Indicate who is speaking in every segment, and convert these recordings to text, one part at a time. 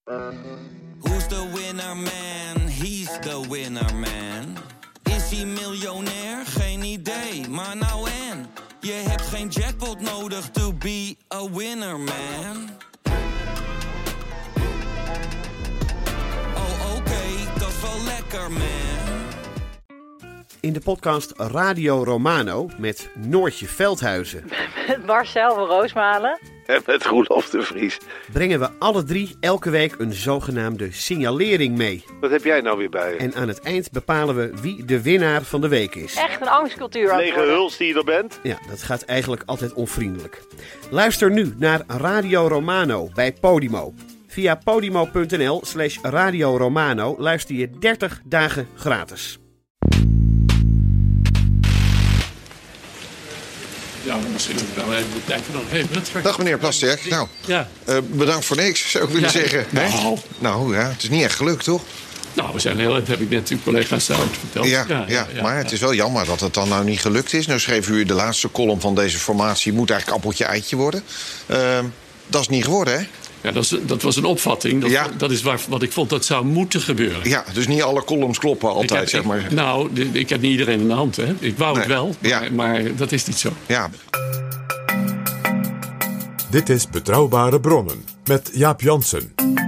Speaker 1: Who's the winner man? He's the winner man. Is hij miljonair? Geen idee, maar nou en. Je hebt geen jackpot nodig to be a winner man. Oh oké, dat is wel lekker man.
Speaker 2: In de podcast Radio Romano met Noortje Veldhuizen.
Speaker 3: Met Marcel van Roosmalen.
Speaker 4: En met Roelof de Vries.
Speaker 2: Brengen we alle drie elke week een zogenaamde signalering mee.
Speaker 4: Wat heb jij nou weer bij je?
Speaker 2: En aan het eind bepalen we wie de winnaar van de week is.
Speaker 3: Echt een angstcultuur aan het
Speaker 4: Lege
Speaker 3: worden.
Speaker 4: huls die je er bent.
Speaker 2: Ja, dat gaat eigenlijk altijd onvriendelijk. Luister nu naar Radio Romano bij Podimo. Via podimo.nl/Radio Romano luister je 30 dagen gratis.
Speaker 5: Ja, misschien wel even de tijd nog even.
Speaker 6: Dag meneer Plasterk. Nou,
Speaker 5: Ja.
Speaker 6: bedankt voor niks, zou ik willen zeggen.
Speaker 5: Nou.
Speaker 6: Nou ja, het is niet echt gelukt, toch?
Speaker 5: Nou, we zijn heel, dat heb ik net uw collega's trouwens verteld.
Speaker 6: Ja, maar het is wel jammer dat het dan nou niet gelukt is. Nou schreef u de laatste column van deze formatie moet eigenlijk appeltje eitje worden. Dat is niet geworden, hè?
Speaker 5: Ja, dat was een opvatting. Dat is wat ik vond dat zou moeten gebeuren.
Speaker 6: Ja, dus niet alle columns kloppen altijd, zeg maar.
Speaker 5: Ik heb niet iedereen in de hand, hè. Ik wou het wel, maar dat is niet zo.
Speaker 6: Ja.
Speaker 7: Dit is Betrouwbare Bronnen met Jaap Jansen.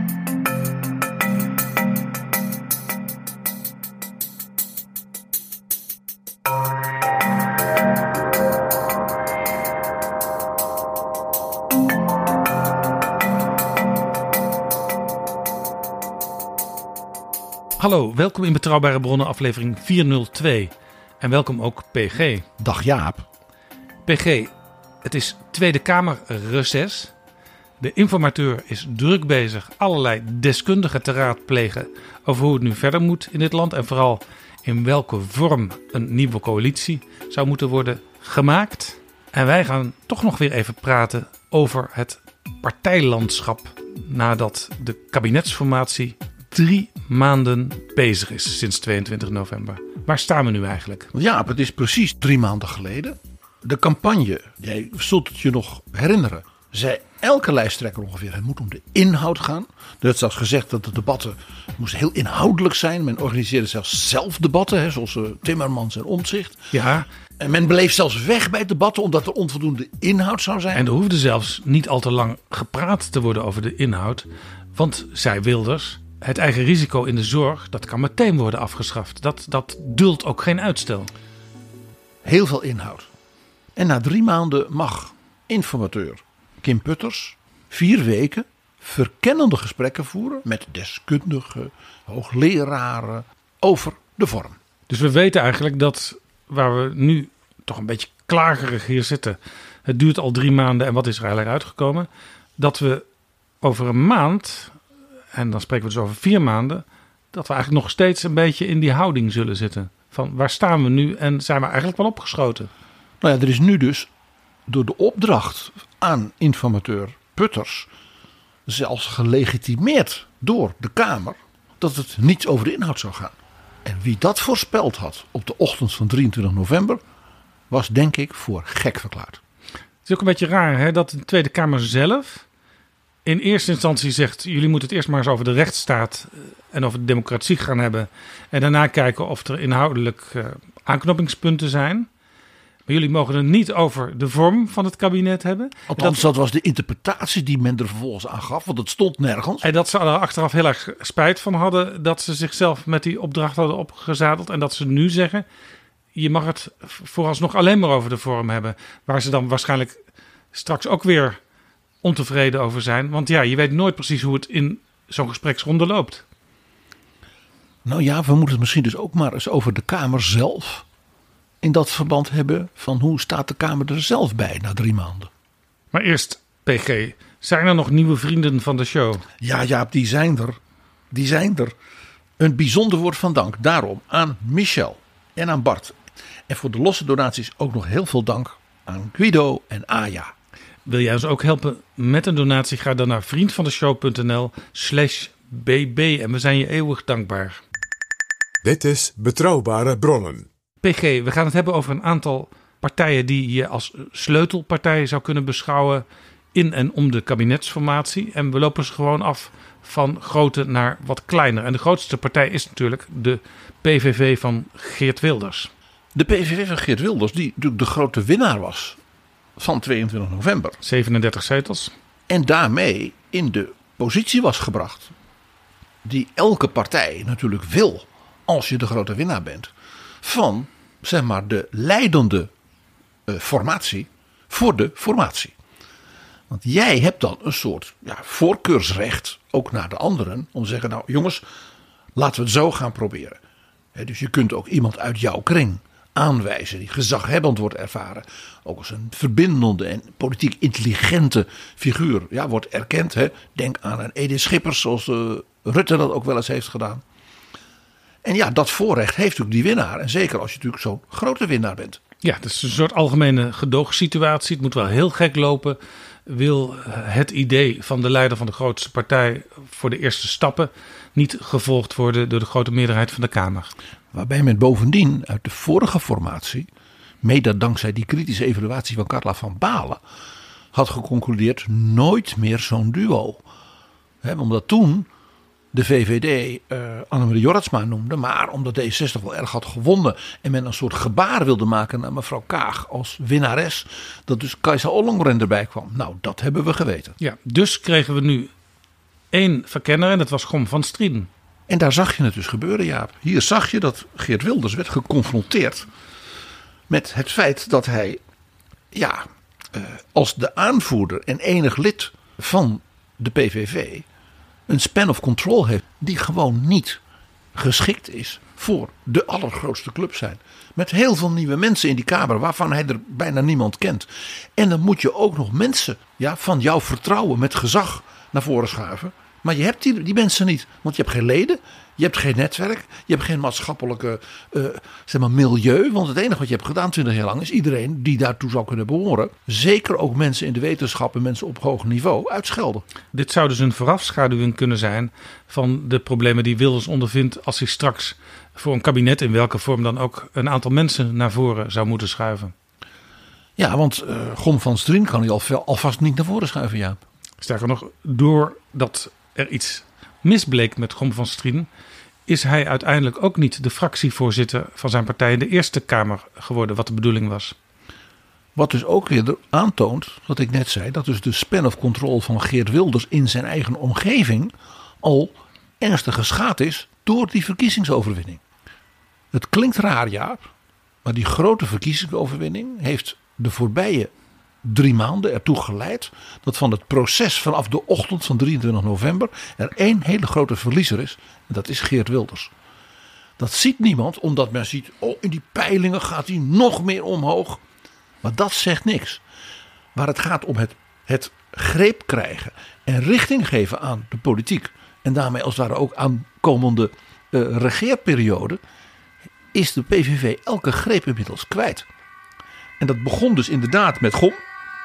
Speaker 8: Hallo, welkom in Betrouwbare Bronnen aflevering 402. En welkom ook PG.
Speaker 9: Dag Jaap.
Speaker 8: PG, het is Tweede Kamerreces. De informateur is druk bezig allerlei deskundigen te raadplegen over hoe het nu verder moet in dit land. En vooral in welke vorm een nieuwe coalitie zou moeten worden gemaakt. En wij gaan toch nog weer even praten over het partijlandschap nadat de kabinetsformatie 3 maanden bezig is sinds 22 november. Waar staan we nu eigenlijk?
Speaker 9: Jaap, het is precies 3 maanden geleden. De campagne, jij zult het je nog herinneren, zei elke lijsttrekker ongeveer, het moet om de inhoud gaan. Er werd zelfs gezegd dat de debatten moesten heel inhoudelijk zijn. Men organiseerde zelfs zelf debatten, zoals Timmermans en Omtzigt.
Speaker 8: Ja.
Speaker 9: En men bleef zelfs weg bij debatten omdat er onvoldoende inhoud zou zijn.
Speaker 8: En er hoefde zelfs niet al te lang gepraat te worden over de inhoud. Want, zei Wilders, het eigen risico in de zorg, dat kan meteen worden afgeschaft. Dat duldt ook geen uitstel.
Speaker 9: Heel veel inhoud. En na 3 maanden mag informateur Kim Putters 4 weken verkennende gesprekken voeren met deskundigen, hoogleraren over de vorm.
Speaker 8: Dus we weten eigenlijk dat waar we nu toch een beetje klagerig hier zitten. Het duurt al 3 maanden en wat is er eigenlijk uitgekomen? Dat we over een maand, en dan spreken we dus over 4 maanden, dat we eigenlijk nog steeds een beetje in die houding zullen zitten. Van waar staan we nu en zijn we eigenlijk wel opgeschoten?
Speaker 9: Nou ja, er is nu dus door de opdracht aan informateur Putters zelfs gelegitimeerd door de Kamer dat het niet over de inhoud zou gaan. En wie dat voorspeld had op de ochtend van 23 november was denk ik voor gek verklaard.
Speaker 8: Het is ook een beetje raar hè, dat de Tweede Kamer zelf in eerste instantie zegt, jullie moeten het eerst maar eens over de rechtsstaat en over de democratie gaan hebben. En daarna kijken of er inhoudelijk aanknopingspunten zijn. Maar jullie mogen het niet over de vorm van het kabinet hebben.
Speaker 9: Althans, dat was de interpretatie die men er vervolgens aan gaf, want het stond nergens.
Speaker 8: En dat ze er achteraf heel erg spijt van hadden dat ze zichzelf met die opdracht hadden opgezadeld. En dat ze nu zeggen, je mag het vooralsnog alleen maar over de vorm hebben. Waar ze dan waarschijnlijk straks ook weer ontevreden over zijn. Want ja, je weet nooit precies hoe het in zo'n gespreksronde loopt.
Speaker 9: Nou ja, we moeten het misschien dus ook maar eens over de Kamer zelf in dat verband hebben van hoe staat de Kamer er zelf bij na 3 maanden.
Speaker 8: Maar eerst, PG, zijn er nog nieuwe vrienden van de show?
Speaker 9: Ja, Jaap, die zijn er. Die zijn er. Een bijzonder woord van dank daarom aan Michel en aan Bart. En voor de losse donaties ook nog heel veel dank aan Guido en Aja.
Speaker 8: Wil jij ons ook helpen met een donatie? Ga dan naar vriendvandeshow.nl/bb en we zijn je eeuwig dankbaar.
Speaker 7: Dit is Betrouwbare Bronnen.
Speaker 8: PG, we gaan het hebben over een aantal partijen die je als sleutelpartijen zou kunnen beschouwen in en om de kabinetsformatie. En we lopen ze gewoon af van grote naar wat kleiner. En de grootste partij is natuurlijk de PVV van Geert Wilders.
Speaker 9: De PVV van Geert Wilders, die natuurlijk de grote winnaar was van 22 november.
Speaker 8: 37 zetels.
Speaker 9: En daarmee in de positie was gebracht die elke partij natuurlijk wil als je de grote winnaar bent. Van, zeg maar, de leidende formatie voor de formatie. Want jij hebt dan een soort voorkeursrecht, ook naar de anderen, om te zeggen, nou jongens, laten we het zo gaan proberen. Dus je kunt ook iemand uit jouw kring aanwijzen die gezaghebbend wordt ervaren. Ook als een verbindende en politiek intelligente figuur wordt erkend. Denk aan een Edith Schippers, zoals Rutte dat ook wel eens heeft gedaan. En dat voorrecht heeft natuurlijk die winnaar. En zeker als je natuurlijk zo'n grote winnaar bent.
Speaker 8: Ja, het is een soort algemene gedoogsituatie. Het moet wel heel gek lopen. Wil het idee van de leider van de grootste partij voor de eerste stappen niet gevolgd worden door de grote meerderheid van de Kamer.
Speaker 9: Waarbij men bovendien uit de vorige formatie, mede dankzij die kritische evaluatie van Carla van Balen, had geconcludeerd nooit meer zo'n duo. Omdat toen de VVD Annemarie Jorritsma noemde, maar omdat D66 wel erg had gewonnen en men een soort gebaar wilde maken naar mevrouw Kaag als winnares, dat dus Kajsa Ollongren erbij kwam. Nou, dat hebben we geweten.
Speaker 8: Ja, dus kregen we nu 1 verkenner en dat was Gom van Strieden.
Speaker 9: En daar zag je het dus gebeuren, Jaap. Hier zag je dat Geert Wilders werd geconfronteerd met het feit dat hij als de aanvoerder en enig lid van de PVV een span of control heeft die gewoon niet geschikt is voor de allergrootste club zijn. Met heel veel nieuwe mensen in die Kamer waarvan hij er bijna niemand kent. En dan moet je ook nog mensen van jouw vertrouwen met gezag naar voren schuiven. Maar je hebt die mensen niet. Want je hebt geen leden. Je hebt geen netwerk. Je hebt geen maatschappelijke milieu. Want het enige wat je hebt gedaan 20 jaar lang is iedereen die daartoe zou kunnen behoren. Zeker ook mensen in de wetenschap en mensen op hoog niveau uitschelden.
Speaker 8: Dit zou dus een voorafschaduwing kunnen zijn van de problemen die Wilders ondervindt als hij straks voor een kabinet in welke vorm dan ook een aantal mensen naar voren zou moeten schuiven.
Speaker 9: Ja, want Gom van Strien kan hij alvast niet naar voren schuiven, Jaap.
Speaker 8: Sterker nog, doordat er iets misbleek met Gom van Strieden, is hij uiteindelijk ook niet de fractievoorzitter van zijn partij in de Eerste Kamer geworden, wat de bedoeling was.
Speaker 9: Wat dus ook weer aantoont, wat ik net zei, dat dus de span of control van Geert Wilders in zijn eigen omgeving al ernstig geschaad is door die verkiezingsoverwinning. Het klinkt raar, ja, maar die grote verkiezingsoverwinning heeft de voorbije 3 maanden ertoe geleid dat van het proces vanaf de ochtend van 23 november er 1 hele grote verliezer is. En dat is Geert Wilders. Dat ziet niemand, omdat men ziet, in die peilingen gaat hij nog meer omhoog. Maar dat zegt niks. Waar het gaat om het greep krijgen en richting geven aan de politiek. En daarmee als het ware ook aan komende regeerperiode. Is de PVV elke greep inmiddels kwijt. En dat begon dus inderdaad met Gom.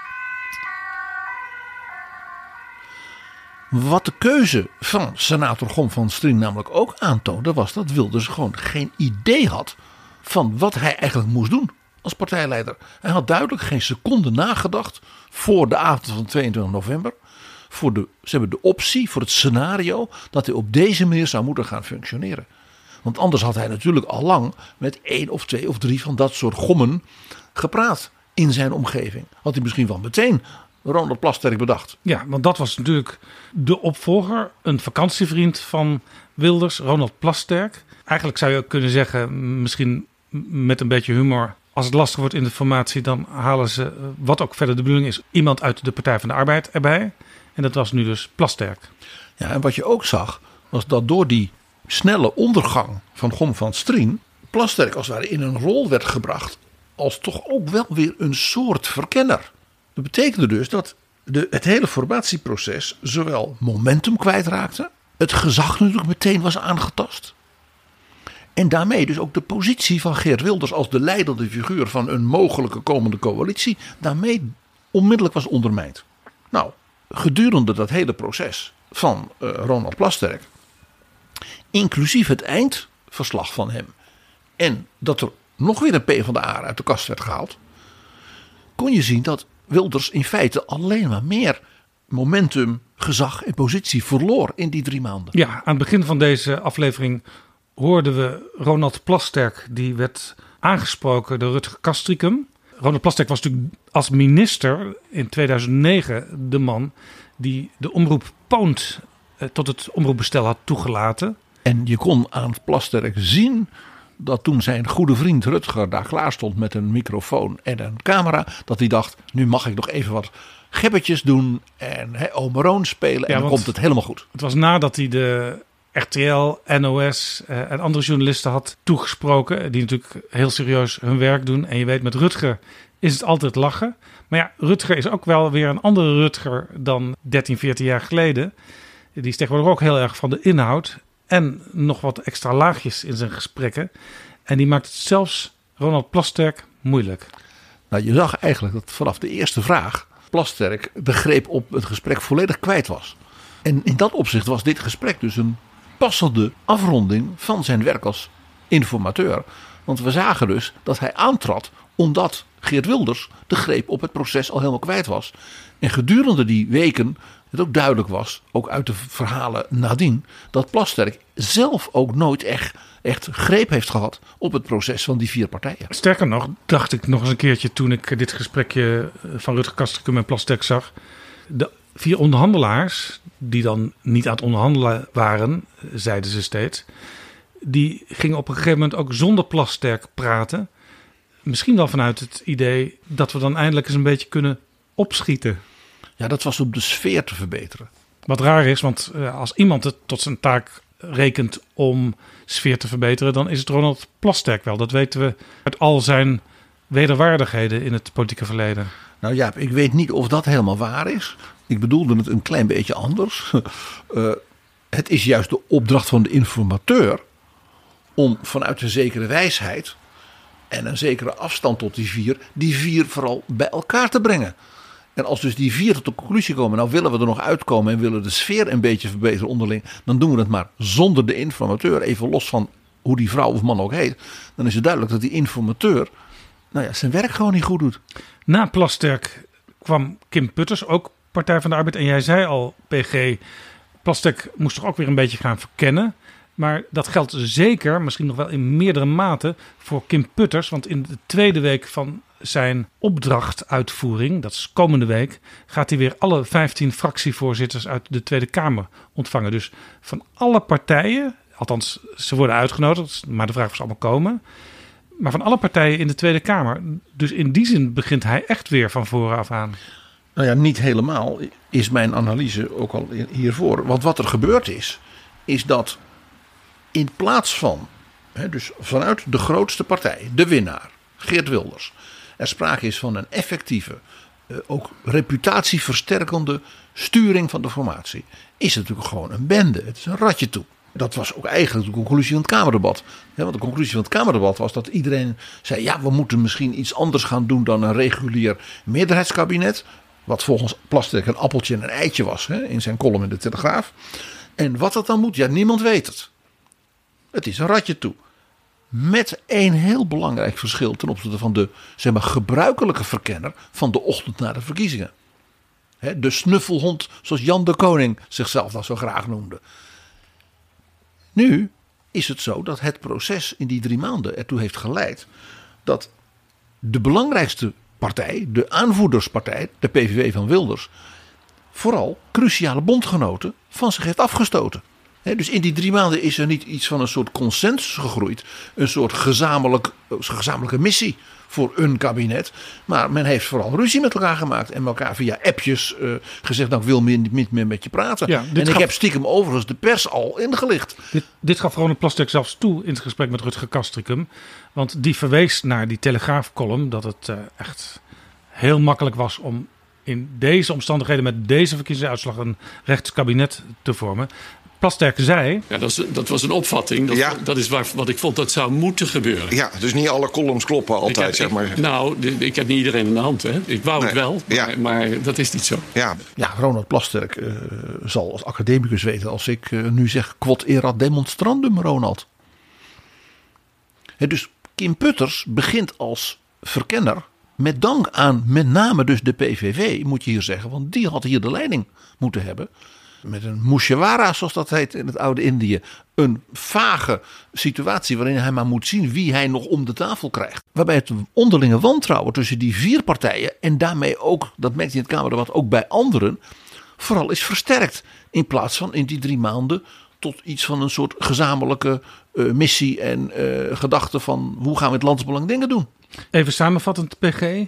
Speaker 9: Wat de keuze van senator Gom van Strien namelijk ook aantoonde, was dat Wilders gewoon geen idee had van wat hij eigenlijk moest doen als partijleider. Hij had duidelijk geen seconde nagedacht voor de avond van 22 november. Voor de optie, voor het scenario dat hij op deze manier zou moeten gaan functioneren. Want anders had hij natuurlijk al lang met 1 of 2 of 3 van dat soort gommen gepraat in zijn omgeving. Had hij misschien wel meteen Ronald Plasterk bedacht.
Speaker 8: Ja, want dat was natuurlijk de opvolger, een vakantievriend van Wilders, Ronald Plasterk. Eigenlijk zou je ook kunnen zeggen, misschien met een beetje humor, als het lastig wordt in de formatie, dan halen ze, wat ook verder de bedoeling is, iemand uit de Partij van de Arbeid erbij. En dat was nu dus Plasterk.
Speaker 9: Ja, en wat je ook zag, was dat door die snelle ondergang van Gom van Strien, Plasterk als het ware in een rol werd gebracht als toch ook wel weer een soort verkenner. Dat betekende dus dat het hele formatieproces zowel momentum kwijtraakte, het gezag natuurlijk meteen was aangetast. En daarmee dus ook de positie van Geert Wilders als de leidende figuur van een mogelijke komende coalitie daarmee onmiddellijk was ondermijnd. Nou, gedurende dat hele proces van Ronald Plasterk, inclusief het eindverslag van hem en dat er nog weer een PvdA uit de kast werd gehaald, kon je zien dat Wilders in feite alleen maar meer momentum, gezag en positie verloor in die 3 maanden.
Speaker 8: Ja, aan het begin van deze aflevering hoorden we Ronald Plasterk. Die werd aangesproken door Rutger Kastricum. Ronald Plasterk was natuurlijk als minister in 2009 de man die de omroep Poont tot het omroepbestel had toegelaten.
Speaker 9: En je kon aan Plasterk zien dat toen zijn goede vriend Rutger daar klaar stond met een microfoon en een camera, dat hij dacht, nu mag ik nog even wat gebbetjes doen en Ome Roon spelen en dan komt het helemaal goed.
Speaker 8: Het was nadat hij de RTL, NOS en andere journalisten had toegesproken, die natuurlijk heel serieus hun werk doen. En je weet, met Rutger is het altijd lachen. Maar ja, Rutger is ook wel weer een andere Rutger dan 13, 14 jaar geleden. Die is tegenwoordig ook heel erg van de inhoud en nog wat extra laagjes in zijn gesprekken. En die maakt het zelfs Ronald Plasterk moeilijk.
Speaker 9: Nou, je zag eigenlijk dat vanaf de eerste vraag Plasterk de greep op het gesprek volledig kwijt was. En in dat opzicht was dit gesprek dus een passende afronding van zijn werk als informateur. Want we zagen dus dat hij aantrad omdat Geert Wilders de greep op het proces al helemaal kwijt was. En gedurende die weken het ook duidelijk was, ook uit de verhalen nadien, dat Plasterk zelf ook nooit echt greep heeft gehad op het proces van die 4 partijen.
Speaker 8: Sterker nog, dacht ik nog eens een keertje toen ik dit gesprekje van Rutger Kastricum en Plasterk zag. De 4 onderhandelaars, die dan niet aan het onderhandelen waren, zeiden ze steeds, die gingen op een gegeven moment ook zonder Plasterk praten. Misschien wel vanuit het idee dat we dan eindelijk eens een beetje kunnen opschieten.
Speaker 9: Ja, dat was om de sfeer te verbeteren.
Speaker 8: Wat raar is, want als iemand het tot zijn taak rekent om sfeer te verbeteren, dan is het Ronald Plasterk wel. Dat weten we uit al zijn wederwaardigheden in het politieke verleden.
Speaker 9: Nou Jaap, ik weet niet of dat helemaal waar is. Ik bedoelde het een klein beetje anders. Het is juist de opdracht van de informateur om vanuit een zekere wijsheid en een zekere afstand tot die vier vooral bij elkaar te brengen. En als dus die 4 tot de conclusie komen, nou willen we er nog uitkomen en willen de sfeer een beetje verbeteren onderling, dan doen we het maar zonder de informateur, even los van hoe die vrouw of man ook heet. Dan is het duidelijk dat die informateur zijn werk gewoon niet goed doet.
Speaker 8: Na Plasterk kwam Kim Putters, ook Partij van de Arbeid. En jij zei al, PG, Plasterk moest toch ook weer een beetje gaan verkennen. Maar dat geldt zeker, misschien nog wel in meerdere mate, voor Kim Putters. Want in de tweede week van zijn opdrachtuitvoering, dat is komende week, gaat hij weer alle 15 fractievoorzitters uit de Tweede Kamer ontvangen. Dus van alle partijen, althans ze worden uitgenodigd, maar de vraag of ze allemaal komen. Maar van alle partijen in de Tweede Kamer. Dus in die zin begint hij echt weer van vooraf aan.
Speaker 9: Nou ja, niet helemaal is mijn analyse ook al hiervoor. Want wat er gebeurd is dat in plaats van, dus vanuit de grootste partij, de winnaar, Geert Wilders, er sprake is van een effectieve, ook reputatieversterkende sturing van de formatie, is het natuurlijk gewoon een bende. Het is een ratje toe. Dat was ook eigenlijk de conclusie van het Kamerdebat. Want de conclusie van het Kamerdebat was dat iedereen zei, ja, we moeten misschien iets anders gaan doen dan een regulier meerderheidskabinet. Wat volgens Plasterk een appeltje en een eitje was in zijn column in de Telegraaf. En wat dat dan moet, ja, niemand weet het. Het is een ratje toe. Met een heel belangrijk verschil ten opzichte van de gebruikelijke verkenner van de ochtend na de verkiezingen. De snuffelhond zoals Jan de Koning zichzelf dat zo graag noemde. Nu is het zo dat het proces in die 3 maanden ertoe heeft geleid dat de belangrijkste partij, de aanvoerderspartij, de PVV van Wilders, vooral cruciale bondgenoten van zich heeft afgestoten. Dus in die 3 maanden is er niet iets van een soort consensus gegroeid. Een soort gezamenlijke missie voor een kabinet. Maar men heeft vooral ruzie met elkaar gemaakt. En elkaar via appjes gezegd, nou ik wil niet meer met je praten. Ja, en ik heb stiekem overigens de pers al ingelicht.
Speaker 8: Dit gaf Ronald Plasterk zelfs toe in het gesprek met Rutger Kastricum. Want die verwees naar die Telegraafcolumn dat het echt heel makkelijk was om in deze omstandigheden met deze verkiezingsuitslag een rechtskabinet te vormen. Plasterk zei...
Speaker 5: Ja, dat was een opvatting. Dat is wat ik vond dat zou moeten gebeuren.
Speaker 6: Ja, dus niet alle columns kloppen altijd, zeg maar.
Speaker 5: Ik heb niet iedereen in de hand. Hè. Ik wou het wel, maar dat is niet zo.
Speaker 9: Ja, Ronald Plasterk zal als academicus weten als ik nu zeg quod erat demonstrandum, Ronald. Dus Kim Putters begint als verkenner met dank aan met name dus de PVV, moet je hier zeggen. Want die had hier de leiding moeten hebben. Met een mushawara, zoals dat heet in het oude Indië. Een vage situatie waarin hij maar moet zien wie hij nog om de tafel krijgt. Waarbij het onderlinge wantrouwen tussen die 4 partijen. En daarmee ook, dat merkt hij in het Kamerdebat, ook bij anderen. Vooral is versterkt. In plaats van in die 3 maanden tot iets van een soort gezamenlijke missie en gedachte van hoe gaan we het landsbelang dingen doen.
Speaker 8: Even samenvattend, PG.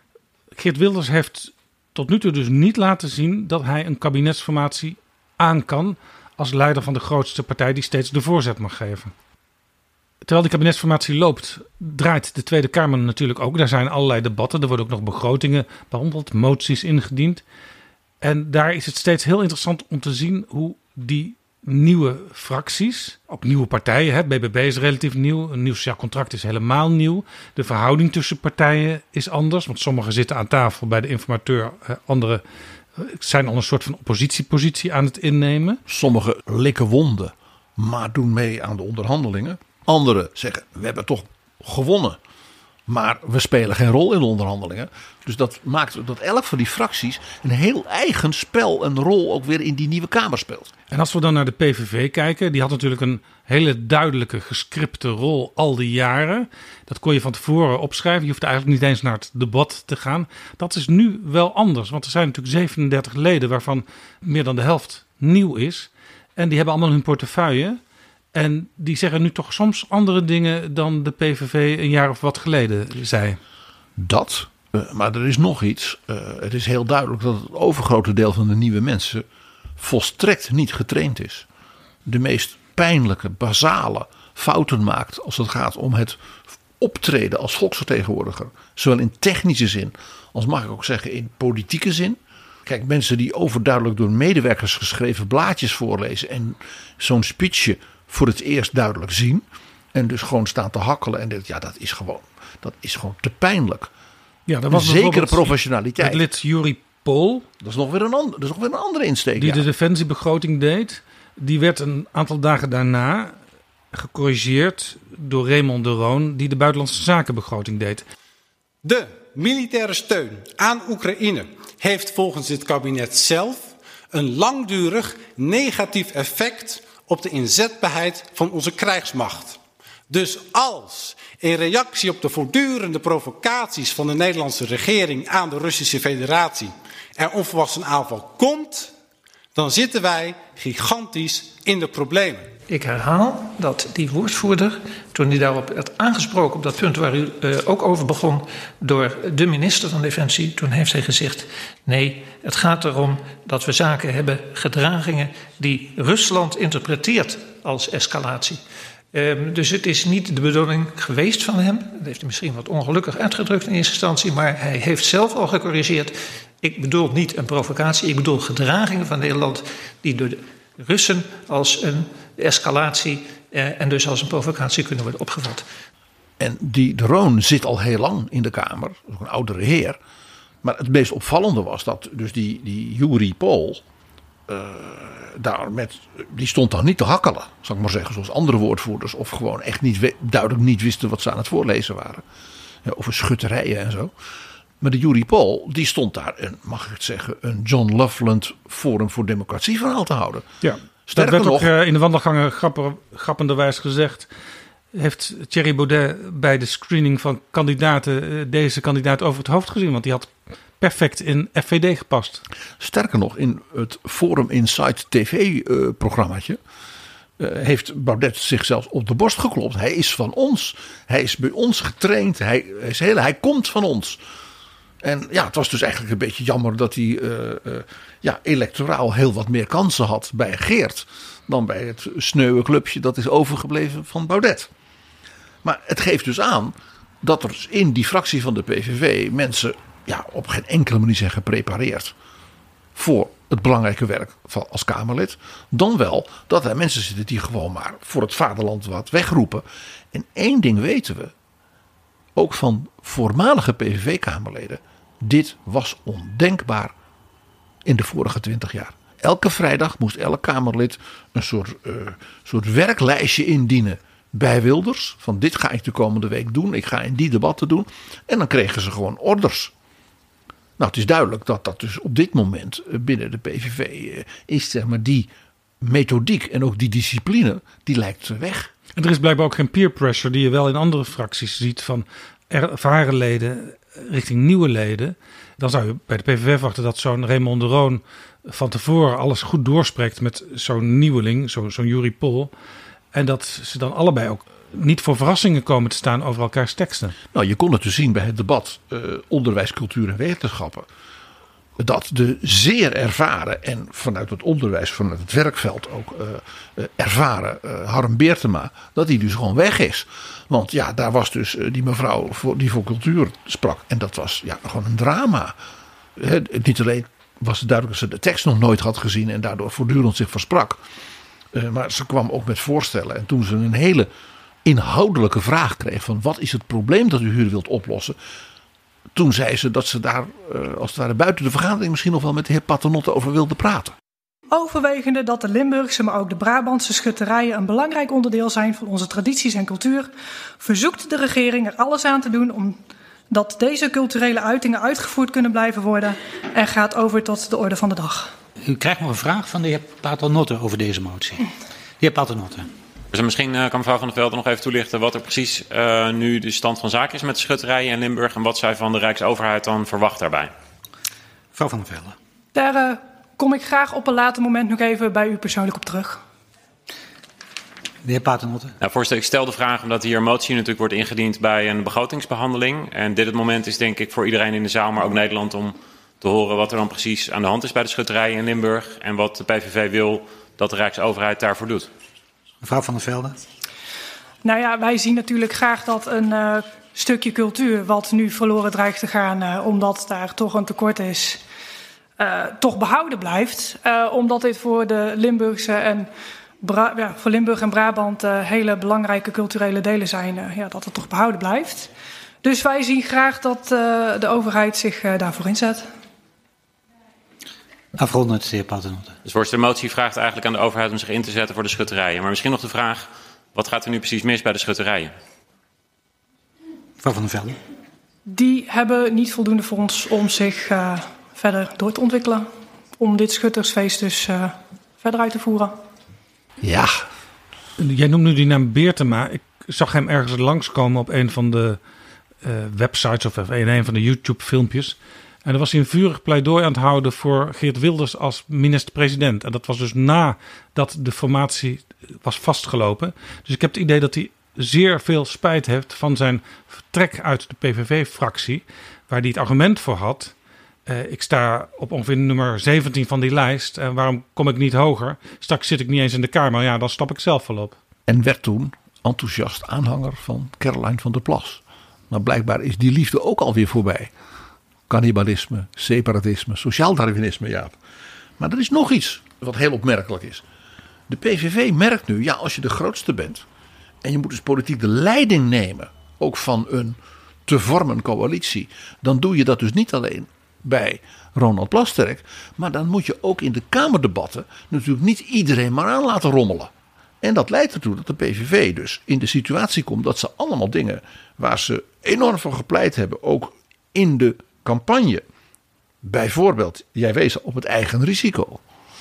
Speaker 8: Geert Wilders heeft tot nu toe dus niet laten zien dat hij een kabinetsformatie aan kan als leider van de grootste partij die steeds de voorzet mag geven. Terwijl die kabinetsformatie loopt, draait de Tweede Kamer natuurlijk ook. Daar zijn allerlei debatten, er worden ook nog begrotingen behandeld, moties ingediend. En daar is het steeds heel interessant om te zien hoe die nieuwe fracties, ook nieuwe partijen, hè, BBB is relatief nieuw, een nieuw sociaal contract is helemaal nieuw. De verhouding tussen partijen is anders, want sommigen zitten aan tafel bij de informateur, anderen zijn al een soort van oppositiepositie aan het innemen.
Speaker 9: Sommigen likken wonden, maar doen mee aan de onderhandelingen. Anderen zeggen, we hebben toch gewonnen, maar we spelen geen rol in de onderhandelingen. Dus dat maakt dat elk van die fracties een heel eigen spel en rol ook weer in die nieuwe Kamer speelt.
Speaker 8: En als we dan naar de PVV kijken, die had natuurlijk een hele duidelijke gescripte rol al die jaren. Dat kon je van tevoren opschrijven. Je hoeft eigenlijk niet eens naar het debat te gaan. Dat is nu wel anders, want er zijn natuurlijk 37 leden waarvan meer dan de helft nieuw is. En die hebben allemaal hun portefeuille. En die zeggen nu toch soms andere dingen dan de PVV een jaar of wat geleden zei.
Speaker 9: Dat, maar er is nog iets. Het is heel duidelijk dat het overgrote deel van de nieuwe mensen volstrekt niet getraind is. De meest pijnlijke, basale fouten maakt als het gaat om het optreden als volksvertegenwoordiger. Zowel in technische zin als mag ik ook zeggen in politieke zin. Kijk, mensen die overduidelijk door medewerkers geschreven blaadjes voorlezen en zo'n speechje voor het eerst duidelijk zien. En dus gewoon staan te hakkelen. En dat is gewoon te pijnlijk.
Speaker 8: Ja, dat was
Speaker 9: een zekere professionaliteit.
Speaker 8: Het lid Juri Pool.
Speaker 9: Dat is nog weer een andere insteek.
Speaker 8: Die de defensiebegroting deed. Die werd een aantal dagen daarna gecorrigeerd door Raymond de Roon, die de buitenlandse zakenbegroting deed.
Speaker 10: De militaire steun aan Oekraïne heeft volgens dit kabinet zelf een langdurig negatief effect op de inzetbaarheid van onze krijgsmacht. Dus als in reactie op de voortdurende provocaties van de Nederlandse regering aan de Russische Federatie er onverwachts een aanval komt, dan zitten wij gigantisch in de problemen.
Speaker 11: Ik herhaal dat die woordvoerder, toen hij daarop werd aangesproken op dat punt waar u ook over begon, door de minister van Defensie, toen heeft hij gezegd, nee, het gaat erom dat we zaken hebben, gedragingen die Rusland interpreteert als escalatie. Dus het is niet de bedoeling geweest van hem. Dat heeft hij misschien wat ongelukkig uitgedrukt in eerste instantie, maar hij heeft zelf al gecorrigeerd. Ik bedoel niet een provocatie, ik bedoel gedragingen van Nederland die door de Russen als een escalatie en dus als een provocatie kunnen worden opgevat.
Speaker 9: En die de Roon zit al heel lang in de Kamer, ook een oudere heer. Maar het meest opvallende was dat dus die Juri Pool, die stond dan niet te hakkelen, zal ik maar zeggen, zoals andere woordvoerders, of gewoon echt duidelijk niet wisten wat ze aan het voorlezen waren. Ja, over schutterijen en zo. Maar de Juri Pool, die stond daar, mag ik het zeggen, een John Loveland Forum voor Democratie verhaal te houden.
Speaker 8: Ja, dat werd ook in de wandelgangen grappenderwijs gezegd. Heeft Thierry Baudet bij de screening van kandidaten deze kandidaat over het hoofd gezien? Want die had perfect in FVD gepast.
Speaker 9: Sterker nog, in het Forum Insight TV-programmaatje heeft Baudet zichzelf op de borst geklopt. Hij is van ons. Hij is bij ons getraind. Hij komt van ons. En ja, het was dus eigenlijk een beetje jammer dat hij electoraal heel wat meer kansen had bij Geert dan bij het sneuwe clubje dat is overgebleven van Baudet. Maar het geeft dus aan dat er in die fractie van de PVV mensen op geen enkele manier zijn geprepareerd voor het belangrijke werk als Kamerlid. Dan wel dat er mensen zitten die gewoon maar voor het vaderland wat wegroepen. En één ding weten we, ook van voormalige PVV-Kamerleden. Dit was ondenkbaar in de vorige 20 jaar. Elke vrijdag moest elk Kamerlid een soort werklijstje indienen bij Wilders. Van dit ga ik de komende week doen. Ik ga in die debatten doen. En dan kregen ze gewoon orders. Nou, het is duidelijk dat dat dus op dit moment binnen de PVV is, zeg maar, die methodiek en ook die discipline, die lijkt weg.
Speaker 8: En er is blijkbaar ook geen peer pressure die je wel in andere fracties ziet van ervaren leden richting nieuwe leden. Dan zou je bij de PVV verwachten dat zo'n Raymond de Roon van tevoren alles goed doorspreekt met zo'n nieuweling, zo'n Juri Pol. En dat ze dan allebei ook niet voor verrassingen komen te staan over elkaars teksten.
Speaker 9: Nou, je kon het dus zien bij het debat onderwijs, cultuur en wetenschappen. Dat de zeer ervaren en vanuit het onderwijs, vanuit het werkveld ook ervaren Harm Beertema, dat die dus gewoon weg is. Want ja, daar was dus die mevrouw die voor cultuur sprak. En dat was gewoon een drama. Niet alleen was het duidelijk dat ze de tekst nog nooit had gezien en daardoor voortdurend zich versprak. Maar ze kwam ook met voorstellen. En toen ze een hele inhoudelijke vraag kreeg van wat is het probleem dat u hier wilt oplossen. Toen zei ze dat ze daar als het ware buiten de vergadering misschien nog wel met de heer Paternotte over wilde praten.
Speaker 12: Overwegende dat de Limburgse, maar ook de Brabantse schutterijen een belangrijk onderdeel zijn van onze tradities en cultuur, verzoekt de regering er alles aan te doen om dat deze culturele uitingen uitgevoerd kunnen blijven worden en gaat over tot de orde van de dag.
Speaker 13: U krijgt nog een vraag van de heer Paternotte over deze motie. De heer Paternotte.
Speaker 14: Dus misschien kan mevrouw Van der Velde nog even toelichten wat er precies nu de stand van zaken is met de schutterijen in Limburg en wat zij van de Rijksoverheid dan verwacht daarbij.
Speaker 13: Mevrouw Van der Velde.
Speaker 12: Daar kom ik graag op een later moment nog even bij u persoonlijk op terug.
Speaker 13: De heer Paternotte.
Speaker 14: Nou, voorzitter, ik stel de vraag omdat hier een motie natuurlijk wordt ingediend bij een begrotingsbehandeling. En dit het moment is denk ik voor iedereen in de zaal, maar ook Nederland, om te horen wat er dan precies aan de hand is bij de schutterijen in Limburg. En wat de PVV wil dat de Rijksoverheid daarvoor doet.
Speaker 13: Mevrouw Van der Velde.
Speaker 12: Nou ja, wij zien natuurlijk graag dat een stukje cultuur wat nu verloren dreigt te gaan, omdat daar toch een tekort is, toch behouden blijft. Omdat dit voor de Limburgse en voor Limburg en Brabant hele belangrijke culturele delen zijn, dat het toch behouden blijft. Dus wij zien graag dat de overheid zich daarvoor inzet.
Speaker 13: Afrondend, de heer Paternotte.
Speaker 14: Dus voorzitter, de motie vraagt eigenlijk aan de overheid om zich in te zetten voor de schutterijen. Maar misschien nog de vraag, wat gaat er nu precies mis bij de schutterijen?
Speaker 13: Mevrouw Van der Velde.
Speaker 12: Die hebben niet voldoende fonds om zich verder door te ontwikkelen. Om dit schuttersfeest dus verder uit te voeren.
Speaker 9: Ja.
Speaker 8: Jij noemt nu die naam Beertema. Ik zag hem ergens langskomen op een van de websites of in een van de YouTube filmpjes. En dan was hij een vurig pleidooi aan het houden voor Geert Wilders als minister-president. En dat was dus nadat de formatie was vastgelopen. Dus ik heb het idee dat hij zeer veel spijt heeft van zijn vertrek uit de PVV-fractie. Waar hij het argument voor had. Ik sta op ongeveer nummer 17 van die lijst. En waarom kom ik niet hoger? Straks zit ik niet eens in de Kamer. Ja, dan stap ik zelf wel op.
Speaker 9: En werd toen enthousiast aanhanger van Caroline van der Plas. Maar blijkbaar is die liefde ook alweer voorbij. Cannibalisme, separatisme, sociaal darwinisme, ja. Maar er is nog iets wat heel opmerkelijk is. De PVV merkt nu, als je de grootste bent en je moet dus politiek de leiding nemen, ook van een te vormen coalitie, dan doe je dat dus niet alleen bij Ronald Plasterk, maar dan moet je ook in de Kamerdebatten natuurlijk niet iedereen maar aan laten rommelen. En dat leidt ertoe dat de PVV dus in de situatie komt dat ze allemaal dingen waar ze enorm voor gepleit hebben, ook in de campagne, bijvoorbeeld, jij wees op het eigen risico.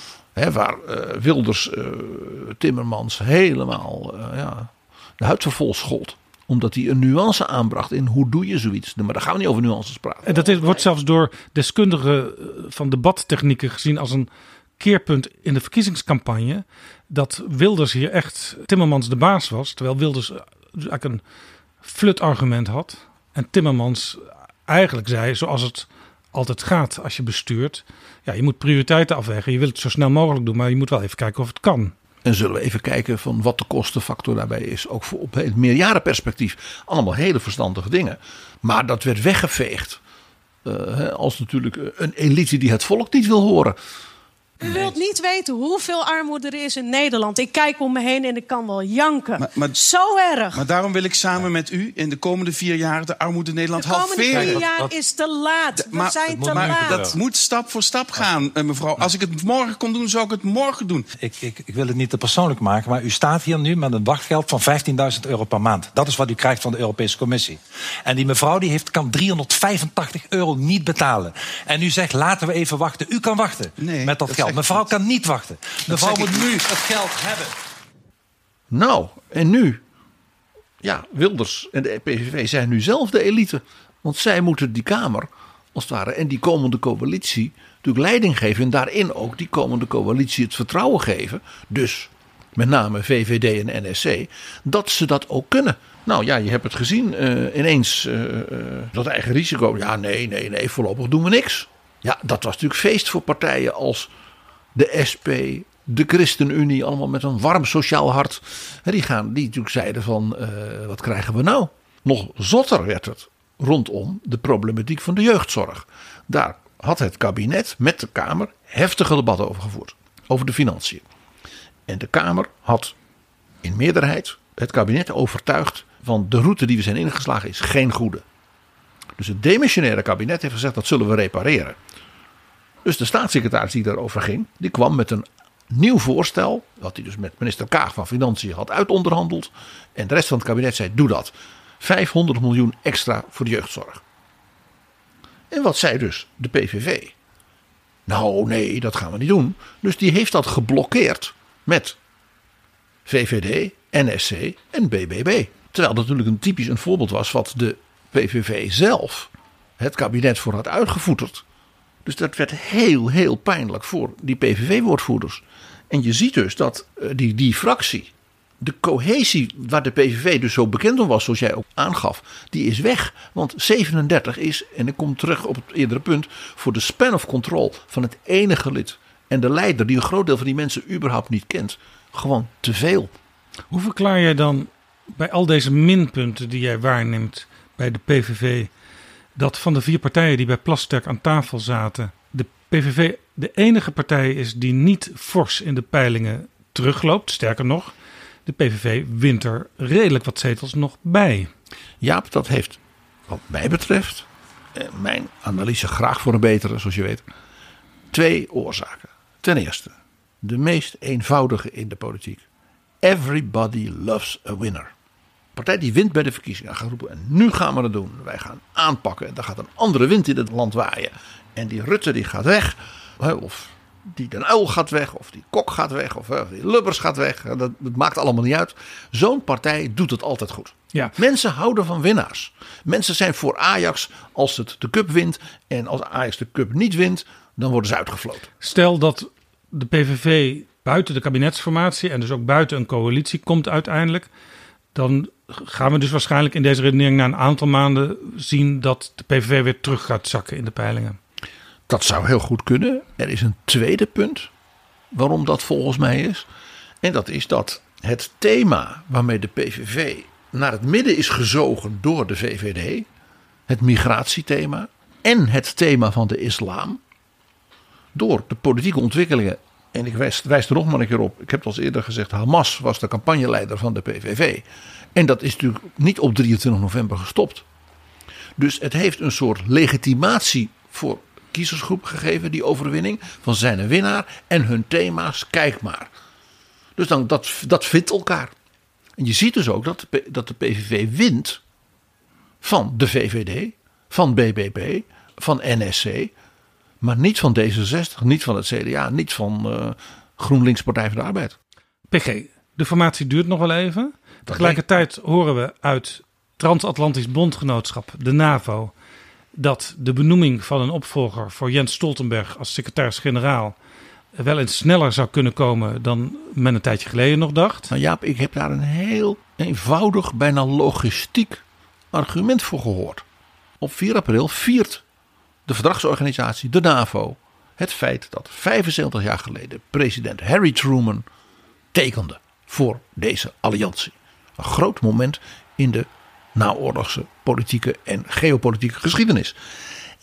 Speaker 9: Waar Wilders Timmermans helemaal de huid voor vol schold. Omdat hij een nuance aanbracht in hoe doe je zoiets. Maar daar gaan we niet over nuances praten.
Speaker 8: En dat wordt zelfs door deskundigen van debattechnieken gezien als een keerpunt in de verkiezingscampagne. Dat Wilders hier echt Timmermans de baas was. Terwijl Wilders eigenlijk een flutargument had. En Timmermans eigenlijk zei, zoals het altijd gaat als je bestuurt. Ja, je moet prioriteiten afwegen. Je wilt het zo snel mogelijk doen, maar je moet wel even kijken of het kan.
Speaker 9: En zullen we even kijken van wat de kostenfactor daarbij is. Ook voor op het meerjarenperspectief. Allemaal hele verstandige dingen. Maar dat werd weggeveegd. Als natuurlijk een elite die het volk niet wil horen.
Speaker 15: U wilt niet weten hoeveel armoede er is in Nederland. Ik kijk om me heen en ik kan wel janken. Maar zo erg.
Speaker 16: Maar daarom wil ik samen met u in de komende 4 jaar de armoede in Nederland halveren.
Speaker 15: De komende 4 jaar is te laat. We zijn te laat.
Speaker 16: Dat moet stap voor stap gaan, mevrouw. Als ik het morgen kon doen, zou ik het morgen doen.
Speaker 17: Ik wil het niet te persoonlijk maken, maar u staat hier nu met een wachtgeld van €15.000 per maand. Dat is wat u krijgt van de Europese Commissie. En die mevrouw kan €385 niet betalen. En u zegt, laten we even wachten. U kan wachten met dat geld. Mevrouw kan niet wachten. Mevrouw moet nu het geld hebben.
Speaker 9: Nou, en nu? Ja, Wilders en de PVV zijn nu zelf de elite. Want zij moeten die Kamer, als het ware, en die komende coalitie natuurlijk leiding geven. En daarin ook die komende coalitie het vertrouwen geven. Dus met name VVD en NSC. Dat ze dat ook kunnen. Nou ja, je hebt het gezien. Ineens dat eigen risico. Ja, nee, voorlopig doen we niks. Ja, dat was natuurlijk feest voor partijen als de SP, de ChristenUnie, allemaal met een warm sociaal hart. Die natuurlijk zeiden van, wat krijgen we nou? Nog zotter werd het rondom de problematiek van de jeugdzorg. Daar had het kabinet met de Kamer heftige debatten over gevoerd. Over de financiën. En de Kamer had in meerderheid het kabinet overtuigd van de route die we zijn ingeslagen is geen goede. Dus het demissionaire kabinet heeft gezegd dat zullen we repareren. Dus de staatssecretaris die daarover ging, die kwam met een nieuw voorstel. Dat hij dus met minister Kaag van Financiën had uitonderhandeld. En de rest van het kabinet zei, doe dat. 500 miljoen extra voor de jeugdzorg. En wat zei dus de PVV? Nou nee, dat gaan we niet doen. Dus die heeft dat geblokkeerd met VVD, NSC en BBB. Terwijl dat natuurlijk een voorbeeld was wat de PVV zelf het kabinet voor had uitgevoerd. Dus dat werd heel pijnlijk voor die PVV-woordvoerders. En je ziet dus dat die fractie, de cohesie waar de PVV dus zo bekend om was, zoals jij ook aangaf, die is weg. Want 37 is, en ik kom terug op het eerdere punt, voor de span of control van het enige lid en de leider die een groot deel van die mensen überhaupt niet kent, gewoon te veel.
Speaker 8: Hoe verklaar jij dan bij al deze minpunten die jij waarneemt bij de PVV, dat van de 4 partijen die bij Plasterk aan tafel zaten, de PVV de enige partij is die niet fors in de peilingen terugloopt? Sterker nog, de PVV wint er redelijk wat zetels nog bij.
Speaker 9: Jaap, dat heeft wat mij betreft, mijn analyse graag voor een betere, zoals je weet, 2 oorzaken. Ten eerste, de meest eenvoudige in de politiek. Everybody loves a winner. De partij die wint bij de verkiezingen gaat roepen, en nu gaan we het doen. Wij gaan aanpakken en dan gaat een andere wind in het land waaien. En die Rutte die gaat weg, of die Den Uyl gaat weg, of die Kok gaat weg, of die Lubbers gaat weg. Dat maakt allemaal niet uit. Zo'n partij doet het altijd goed.
Speaker 8: Ja.
Speaker 9: Mensen houden van winnaars. Mensen zijn voor Ajax als het de cup wint. En als Ajax de cup niet wint, dan worden ze uitgefloten.
Speaker 8: Stel dat de PVV buiten de kabinetsformatie en dus ook buiten een coalitie komt uiteindelijk, dan gaan we dus waarschijnlijk in deze redenering na een aantal maanden zien dat de PVV weer terug gaat zakken in de peilingen.
Speaker 9: Dat zou heel goed kunnen. Er is een tweede punt waarom dat volgens mij is. En dat is dat het thema waarmee de PVV naar het midden is gezogen door de VVD, het migratiethema en het thema van de islam, door de politieke ontwikkelingen, en ik wijs er nog maar een keer op, ik heb het al eerder gezegd, Hamas was de campagneleider van de PVV. En dat is natuurlijk niet op 23 november gestopt. Dus het heeft een soort legitimatie voor kiezersgroep gegeven, die overwinning, van zijn een winnaar en hun thema's, kijk maar. Dus dan, dat vindt elkaar. En je ziet dus ook dat de PVV wint van de VVD, van BBB, van NSC, maar niet van D66, niet van het CDA, niet van GroenLinks Partij van de Arbeid.
Speaker 8: PG, de formatie duurt nog wel even. Tegelijkertijd horen we uit Transatlantisch Bondgenootschap, de NAVO, dat de benoeming van een opvolger voor Jens Stoltenberg als secretaris-generaal wel eens sneller zou kunnen komen dan men een tijdje geleden nog dacht.
Speaker 9: Nou Jaap, ik heb daar een heel eenvoudig, bijna logistiek argument voor gehoord. Op 4 april viert de verdragsorganisatie, de NAVO, het feit dat 75 jaar geleden president Harry Truman tekende voor deze alliantie. Een groot moment in de naoorlogse politieke en geopolitieke geschiedenis.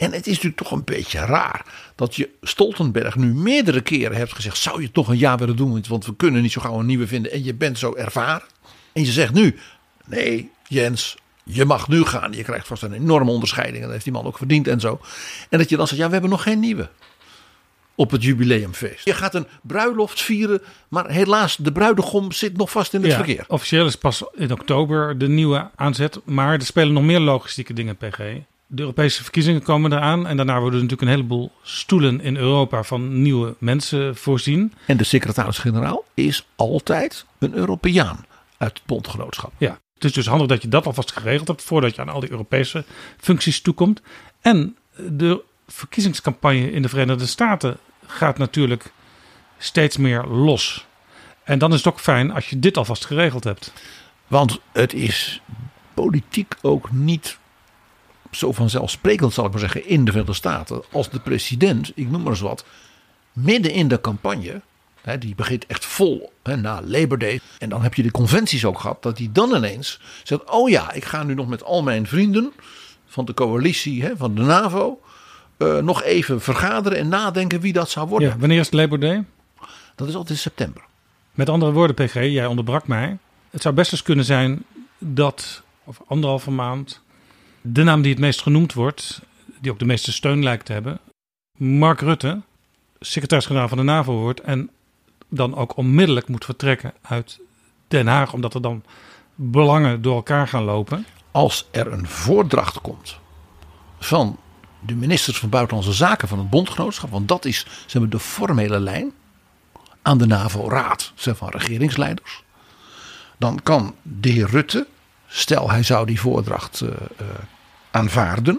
Speaker 9: En het is natuurlijk toch een beetje raar dat je Stoltenberg nu meerdere keren hebt gezegd, zou je toch een jaar willen doen, want we kunnen niet zo gauw een nieuwe vinden en je bent zo ervaren. En je zegt nu, nee Jens, je mag nu gaan. Je krijgt vast een enorme onderscheiding en dat heeft die man ook verdiend en zo. En dat je dan zegt, ja, we hebben nog geen nieuwe op het jubileumfeest. Je gaat een bruiloft vieren, maar helaas, de bruidegom zit nog vast in het verkeer.
Speaker 8: Officieel is pas in oktober de nieuwe aanzet, maar er spelen nog meer logistieke dingen, PG. De Europese verkiezingen komen eraan en daarna worden natuurlijk een heleboel stoelen in Europa van nieuwe mensen voorzien.
Speaker 9: En de secretaris-generaal is altijd een Europeaan uit het bondgenootschap.
Speaker 8: Ja, het is dus handig dat je dat alvast geregeld hebt voordat je aan al die Europese functies toekomt. En de verkiezingscampagne in de Verenigde Staten gaat natuurlijk steeds meer los. En dan is het ook fijn als je dit alvast geregeld hebt.
Speaker 9: Want het is politiek ook niet zo vanzelfsprekend, zal ik maar zeggen, in de Verenigde Staten. Als de president, ik noem maar eens wat, midden in de campagne, die begint echt vol na Labor Day. En dan heb je de conventies ook gehad, dat hij dan ineens zegt, oh ja, ik ga nu nog met al mijn vrienden van de coalitie, van de NAVO, nog even vergaderen en nadenken wie dat zou worden.
Speaker 8: Ja, wanneer is het Labor Day?
Speaker 9: Dat is altijd in september.
Speaker 8: Met andere woorden, PG, jij onderbrak mij. Het zou best eens kunnen zijn dat over 1,5 maand de naam die het meest genoemd wordt, die ook de meeste steun lijkt te hebben, Mark Rutte, secretaris-generaal van de NAVO wordt en dan ook onmiddellijk moet vertrekken uit Den Haag, omdat er dan belangen door elkaar gaan lopen.
Speaker 9: Als er een voordracht komt van de ministers van Buitenlandse Zaken van het bondgenootschap, want dat is de formele lijn aan de NAVO-raad van regeringsleiders, dan kan de heer Rutte, stel hij zou die voordracht aanvaarden,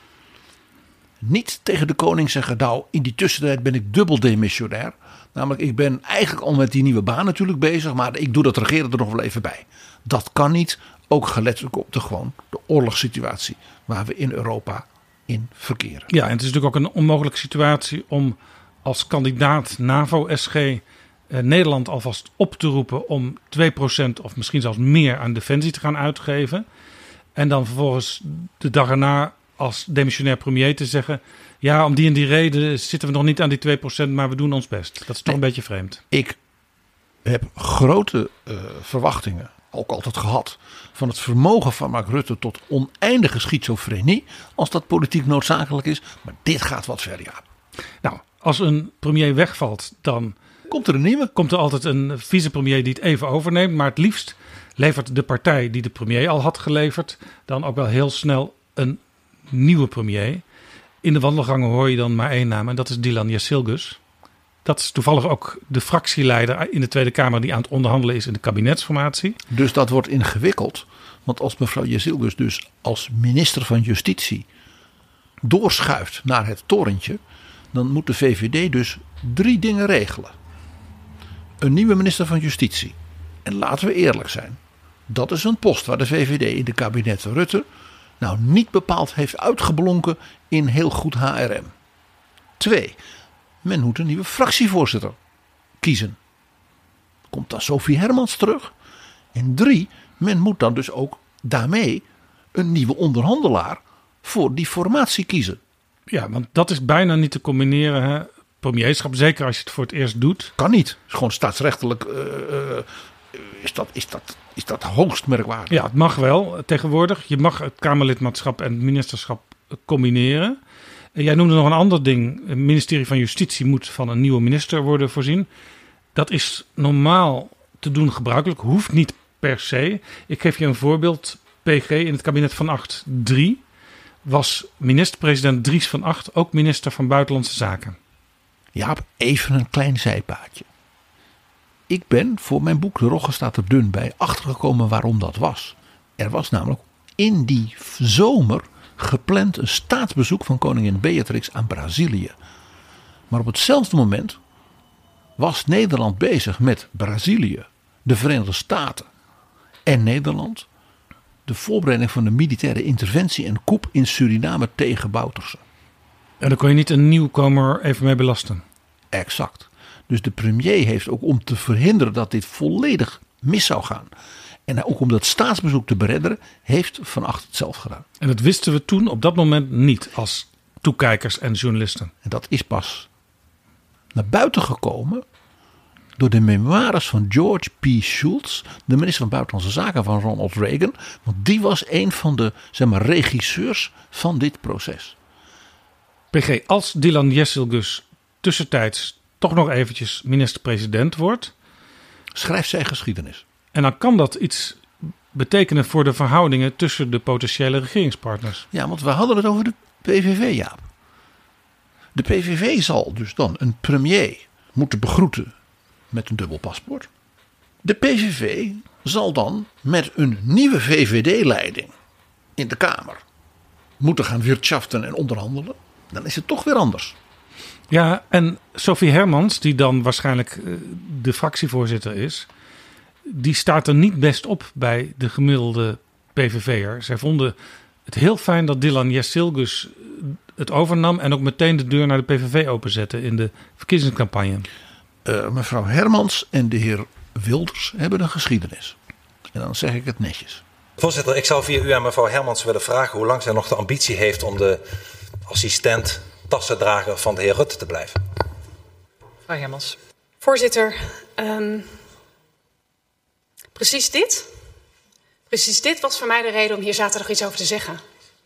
Speaker 9: niet tegen de koning zeggen, nou in die tussentijd ben ik dubbel demissionair. Namelijk ik ben eigenlijk al met die nieuwe baan natuurlijk bezig, maar ik doe dat regeren er nog wel even bij. Dat kan niet, ook gelet op de oorlogssituatie waar we in Europa in verkeren.
Speaker 8: Ja, en het is natuurlijk ook een onmogelijke situatie om als kandidaat NAVO-SG Nederland alvast op te roepen om 2% of misschien zelfs meer aan defensie te gaan uitgeven. En dan vervolgens de dag erna als demissionair premier te zeggen, ja, om die en die reden zitten we nog niet aan die 2%, maar we doen ons best. Dat is toch een beetje vreemd.
Speaker 9: Ik heb grote verwachtingen, ook altijd gehad, van het vermogen van Mark Rutte tot oneindige schizofrenie, als dat politiek noodzakelijk is. Maar dit gaat wat ver, ja.
Speaker 8: Nou, als een premier wegvalt, dan
Speaker 9: komt er een nieuwe.
Speaker 8: Komt er altijd een vicepremier die het even overneemt. Maar het liefst levert de partij die de premier al had geleverd dan ook wel heel snel een nieuwe premier. In de wandelgangen hoor je dan maar één naam en dat is Dylan Jezilgus. Dat is toevallig ook de fractieleider in de Tweede Kamer die aan het onderhandelen is in de kabinetsformatie.
Speaker 9: Dus dat wordt ingewikkeld. Want als mevrouw Jezilgus dus als minister van Justitie doorschuift naar het torentje, dan moet de VVD dus 3 dingen regelen. Een nieuwe minister van Justitie. En laten we eerlijk zijn. Dat is een post waar de VVD in de kabinetten Rutte nou niet bepaald heeft uitgeblonken in heel goed HRM. 2. Men moet een nieuwe fractievoorzitter kiezen. Komt dan Sophie Hermans terug? En 3. Men moet dan dus ook daarmee een nieuwe onderhandelaar voor die formatie kiezen.
Speaker 8: Ja, want dat is bijna niet te combineren, hè? Premierschap, zeker als je het voor het eerst doet.
Speaker 9: Kan niet. Het is gewoon staatsrechtelijk is dat hoogst merkwaardig.
Speaker 8: Ja, het mag wel tegenwoordig. Je mag het Kamerlidmaatschap en het ministerschap combineren. Jij noemde nog een ander ding. Het ministerie van Justitie moet van een nieuwe minister worden voorzien. Dat is normaal te doen gebruikelijk. Hoeft niet per se. Ik geef je een voorbeeld. PG in het kabinet van 8-3 was minister-president Dries van Agt ook minister van Buitenlandse Zaken.
Speaker 9: Jaap, even een klein zijpaadje. Ik ben voor mijn boek De Rogge staat er dun bij achtergekomen waarom dat was. Er was namelijk in die zomer gepland een staatsbezoek van koningin Beatrix aan Brazilië. Maar op hetzelfde moment was Nederland bezig met Brazilië, de Verenigde Staten en Nederland de voorbereiding van de militaire interventie en coup in Suriname tegen Bouterse.
Speaker 8: En daar kon je niet een nieuwkomer even mee belasten.
Speaker 9: Exact. Dus de premier heeft ook om te verhinderen dat dit volledig mis zou gaan. En ook om dat staatsbezoek te beredderen, heeft Van Agt het zelf gedaan.
Speaker 8: En dat wisten we toen op dat moment niet als toekijkers en journalisten.
Speaker 9: En dat is pas naar buiten gekomen door de memoires van George P. Shultz, de minister van Buitenlandse Zaken van Ronald Reagan. Want die was een van de regisseurs van dit proces.
Speaker 8: PG, als Dylan Jessilgus tussentijds toch nog eventjes minister-president wordt,
Speaker 9: schrijft zij geschiedenis.
Speaker 8: En dan kan dat iets betekenen voor de verhoudingen tussen de potentiële regeringspartners.
Speaker 9: Ja, want we hadden het over de PVV, Jaap. De PVV zal dus dan een premier moeten begroeten met een dubbel paspoort. De PVV zal dan met een nieuwe VVD-leiding in de Kamer moeten gaan wirtschaften en onderhandelen. Dan is het toch weer anders.
Speaker 8: Ja, en Sophie Hermans, die dan waarschijnlijk de fractievoorzitter is, die staat er niet best op bij de gemiddelde PVV'er. Zij vonden het heel fijn dat Dylan Jessilgus het overnam en ook meteen de deur naar de PVV openzette in de verkiezingscampagne.
Speaker 9: Mevrouw Hermans en de heer Wilders hebben een geschiedenis. En dan zeg ik het netjes.
Speaker 17: Voorzitter, ik zou via u aan mevrouw Hermans willen vragen hoe lang zij nog de ambitie heeft om de assistent tassendrager van de heer Rutte te blijven.
Speaker 18: Mevrouw Hermans.
Speaker 19: Voorzitter, precies dit was voor mij de reden om hier zaterdag iets over te zeggen.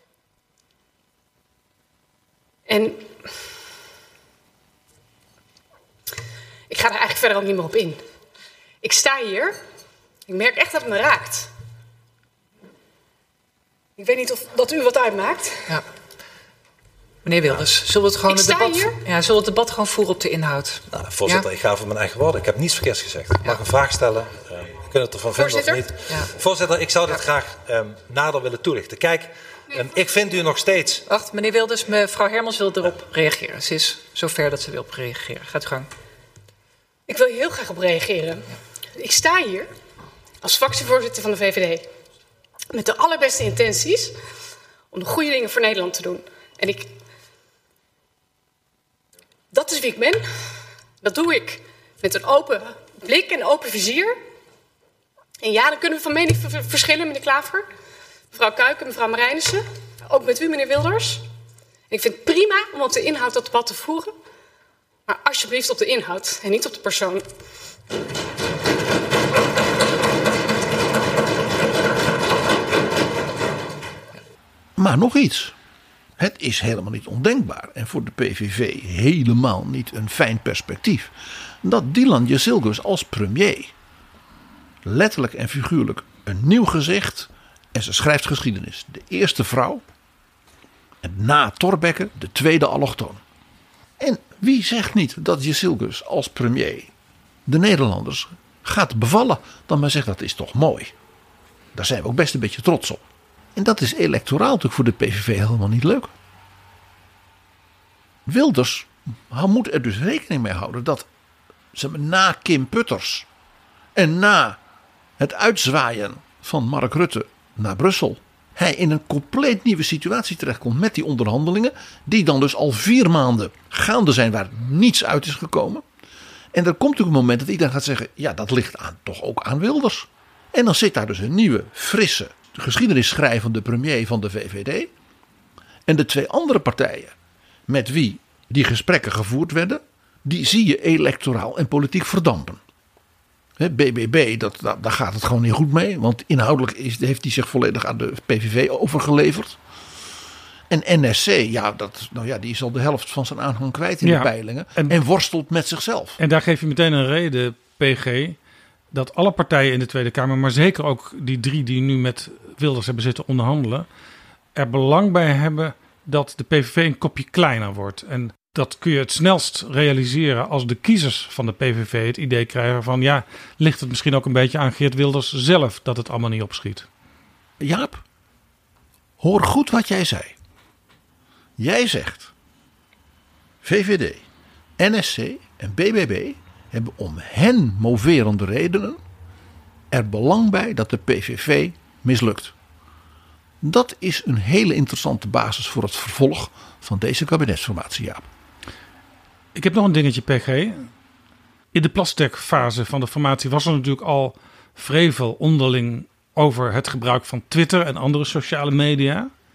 Speaker 19: En ik ga er eigenlijk verder ook niet meer op in. Ik sta hier, ik merk echt dat het me raakt. Ik weet niet of dat u wat uitmaakt.
Speaker 18: Ja. Meneer Wilders, zullen we het gewoon zullen we het debat gewoon voeren op de inhoud?
Speaker 17: Nou, voorzitter, ik ga voor mijn eigen woorden. Ik heb niets verkeerds gezegd. Ik mag een vraag stellen. We kunnen het ervan vinden of niet. Ja. Voorzitter, ik zou dit graag nader willen toelichten. Kijk, ik vind u nog steeds...
Speaker 18: Wacht, meneer Wilders, mevrouw Hermans wil erop reageren. Ze is zover dat ze wil op reageren. Gaat u gang.
Speaker 19: Ik wil hier heel graag op reageren. Ik sta hier als fractievoorzitter van de VVD. Met de allerbeste intenties om de goede dingen voor Nederland te doen. En dat is wie ik ben. Dat doe ik met een open blik en een open vizier. En ja, dan kunnen we van mening verschillen, meneer Klaver. Mevrouw Kuiken, mevrouw Marijnissen. Ook met u, meneer Wilders. En ik vind het prima om op de inhoud dat debat te voeren. Maar alsjeblieft op de inhoud en niet op de persoon.
Speaker 9: Maar nog iets. Het is helemaal niet ondenkbaar en voor de PVV helemaal niet een fijn perspectief dat Dylan Jessilgus als premier letterlijk en figuurlijk een nieuw gezicht en ze schrijft geschiedenis. De eerste vrouw en na Thorbecke de tweede allochtoon. En wie zegt niet dat Jessilgus als premier de Nederlanders gaat bevallen? Dan maar zegt dat is toch mooi. Daar zijn we ook best een beetje trots op. En dat is electoraal natuurlijk voor de PVV helemaal niet leuk. Wilders moet er dus rekening mee houden dat na Kim Putters en na het uitzwaaien van Mark Rutte naar Brussel, hij in een compleet nieuwe situatie terechtkomt met die onderhandelingen, die dan dus al 4 maanden gaande zijn waar niets uit is gekomen. En er komt natuurlijk een moment dat iedereen gaat zeggen, ja, dat ligt toch ook aan Wilders. En dan zit daar dus een nieuwe, frisse, geschiedenisschrijvende premier van de VVD. En de 2 andere partijen met wie die gesprekken gevoerd werden, die zie je electoraal en politiek verdampen. BBB, daar gaat het gewoon niet goed mee. Want inhoudelijk heeft hij zich volledig aan de PVV overgeleverd. En NSC, die is al de helft van zijn aanhang kwijt in de peilingen. En worstelt met zichzelf.
Speaker 8: En daar geef je meteen een reden, PG, dat alle partijen in de Tweede Kamer, maar zeker ook die 3 die nu met Wilders hebben zitten onderhandelen, er belang bij hebben dat de PVV een kopje kleiner wordt. En dat kun je het snelst realiseren als de kiezers van de PVV het idee krijgen van, ja, ligt het misschien ook een beetje aan Geert Wilders zelf dat het allemaal niet opschiet.
Speaker 9: Jaap, hoor goed wat jij zei. Jij zegt, VVD, NSC en BBB hebben om hen moverende redenen er belang bij dat de PVV mislukt. Dat is een hele interessante basis voor het vervolg van deze kabinetsformatie, Jaap.
Speaker 8: Ik heb nog een dingetje, PG. In de Plasterk-fase van de formatie was er natuurlijk al vrevel onderling over het gebruik van Twitter en andere sociale media.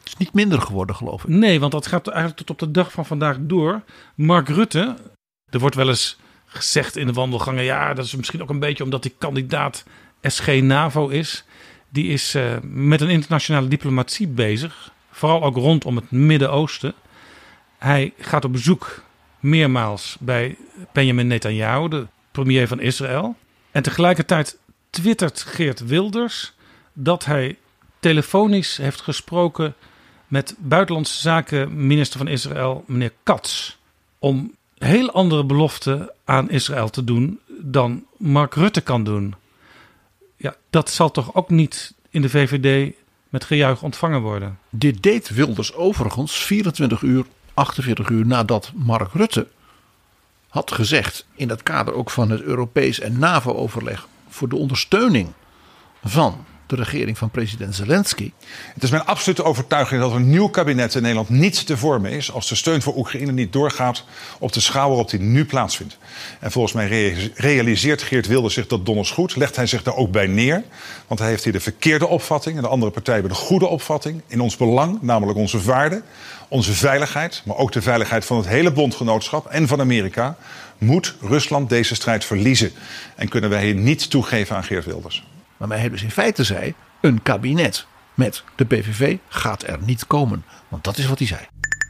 Speaker 9: Het is niet minder geworden, geloof ik.
Speaker 8: Nee, want dat gaat eigenlijk tot op de dag van vandaag door. Mark Rutte, er wordt wel eens gezegd in de wandelgangen, ja, dat is misschien ook een beetje omdat hij kandidaat SG-NAVO is. Die is met een internationale diplomatie bezig. Vooral ook rondom het Midden-Oosten. Hij gaat op bezoek meermaals bij Benjamin Netanyahu, de premier van Israël. En tegelijkertijd twittert Geert Wilders dat hij telefonisch heeft gesproken met buitenlandse zaken minister van Israël, meneer Katz, om heel andere beloften aan Israël te doen dan Mark Rutte kan doen. Ja, dat zal toch ook niet in de VVD met gejuich ontvangen worden.
Speaker 9: Dit deed Wilders overigens 48 uur nadat Mark Rutte had gezegd, in het kader ook van het Europees en NAVO-overleg voor de ondersteuning van de regering van president Zelensky.
Speaker 20: Het is mijn absolute overtuiging dat een nieuw kabinet in Nederland niet te vormen is als de steun voor Oekraïne niet doorgaat op de schaal waarop die nu plaatsvindt. En volgens mij realiseert Geert Wilders zich dat donders goed. Legt hij zich daar ook bij neer. Want hij heeft hier de verkeerde opvatting en de andere partijen hebben de goede opvatting. In ons belang, namelijk onze waarden, onze veiligheid, maar ook de veiligheid van het hele bondgenootschap en van Amerika, moet Rusland deze strijd verliezen. En kunnen wij hier niet toegeven aan Geert Wilders.
Speaker 9: Maar hij dus in feite zei, een kabinet met de PVV gaat er niet komen. Want dat is wat hij zei.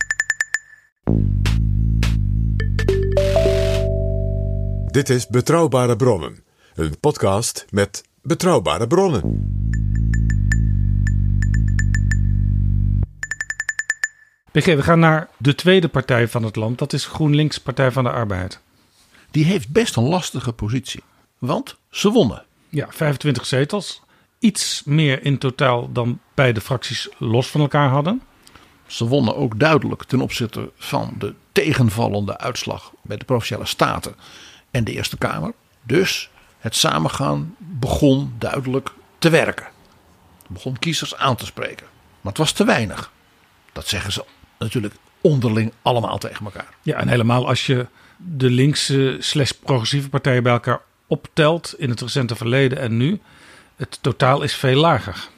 Speaker 7: Dit is Betrouwbare Bronnen. Een podcast met betrouwbare bronnen.
Speaker 8: BG, we gaan naar de tweede partij van het land. Dat is GroenLinks, Partij van de Arbeid.
Speaker 9: Die heeft best een lastige positie. Want ze wonnen.
Speaker 8: Ja, 25 zetels. Iets meer in totaal dan beide fracties los van elkaar hadden.
Speaker 9: Ze wonnen ook duidelijk ten opzichte van de tegenvallende uitslag bij de Provinciale Staten en de Eerste Kamer. Dus het samengaan begon duidelijk te werken. Het begon kiezers aan te spreken. Maar het was te weinig. Dat zeggen ze natuurlijk onderling allemaal tegen elkaar.
Speaker 8: Ja, en helemaal als je de linkse / progressieve partijen bij elkaar optelt in het recente verleden en nu. Het totaal is veel lager.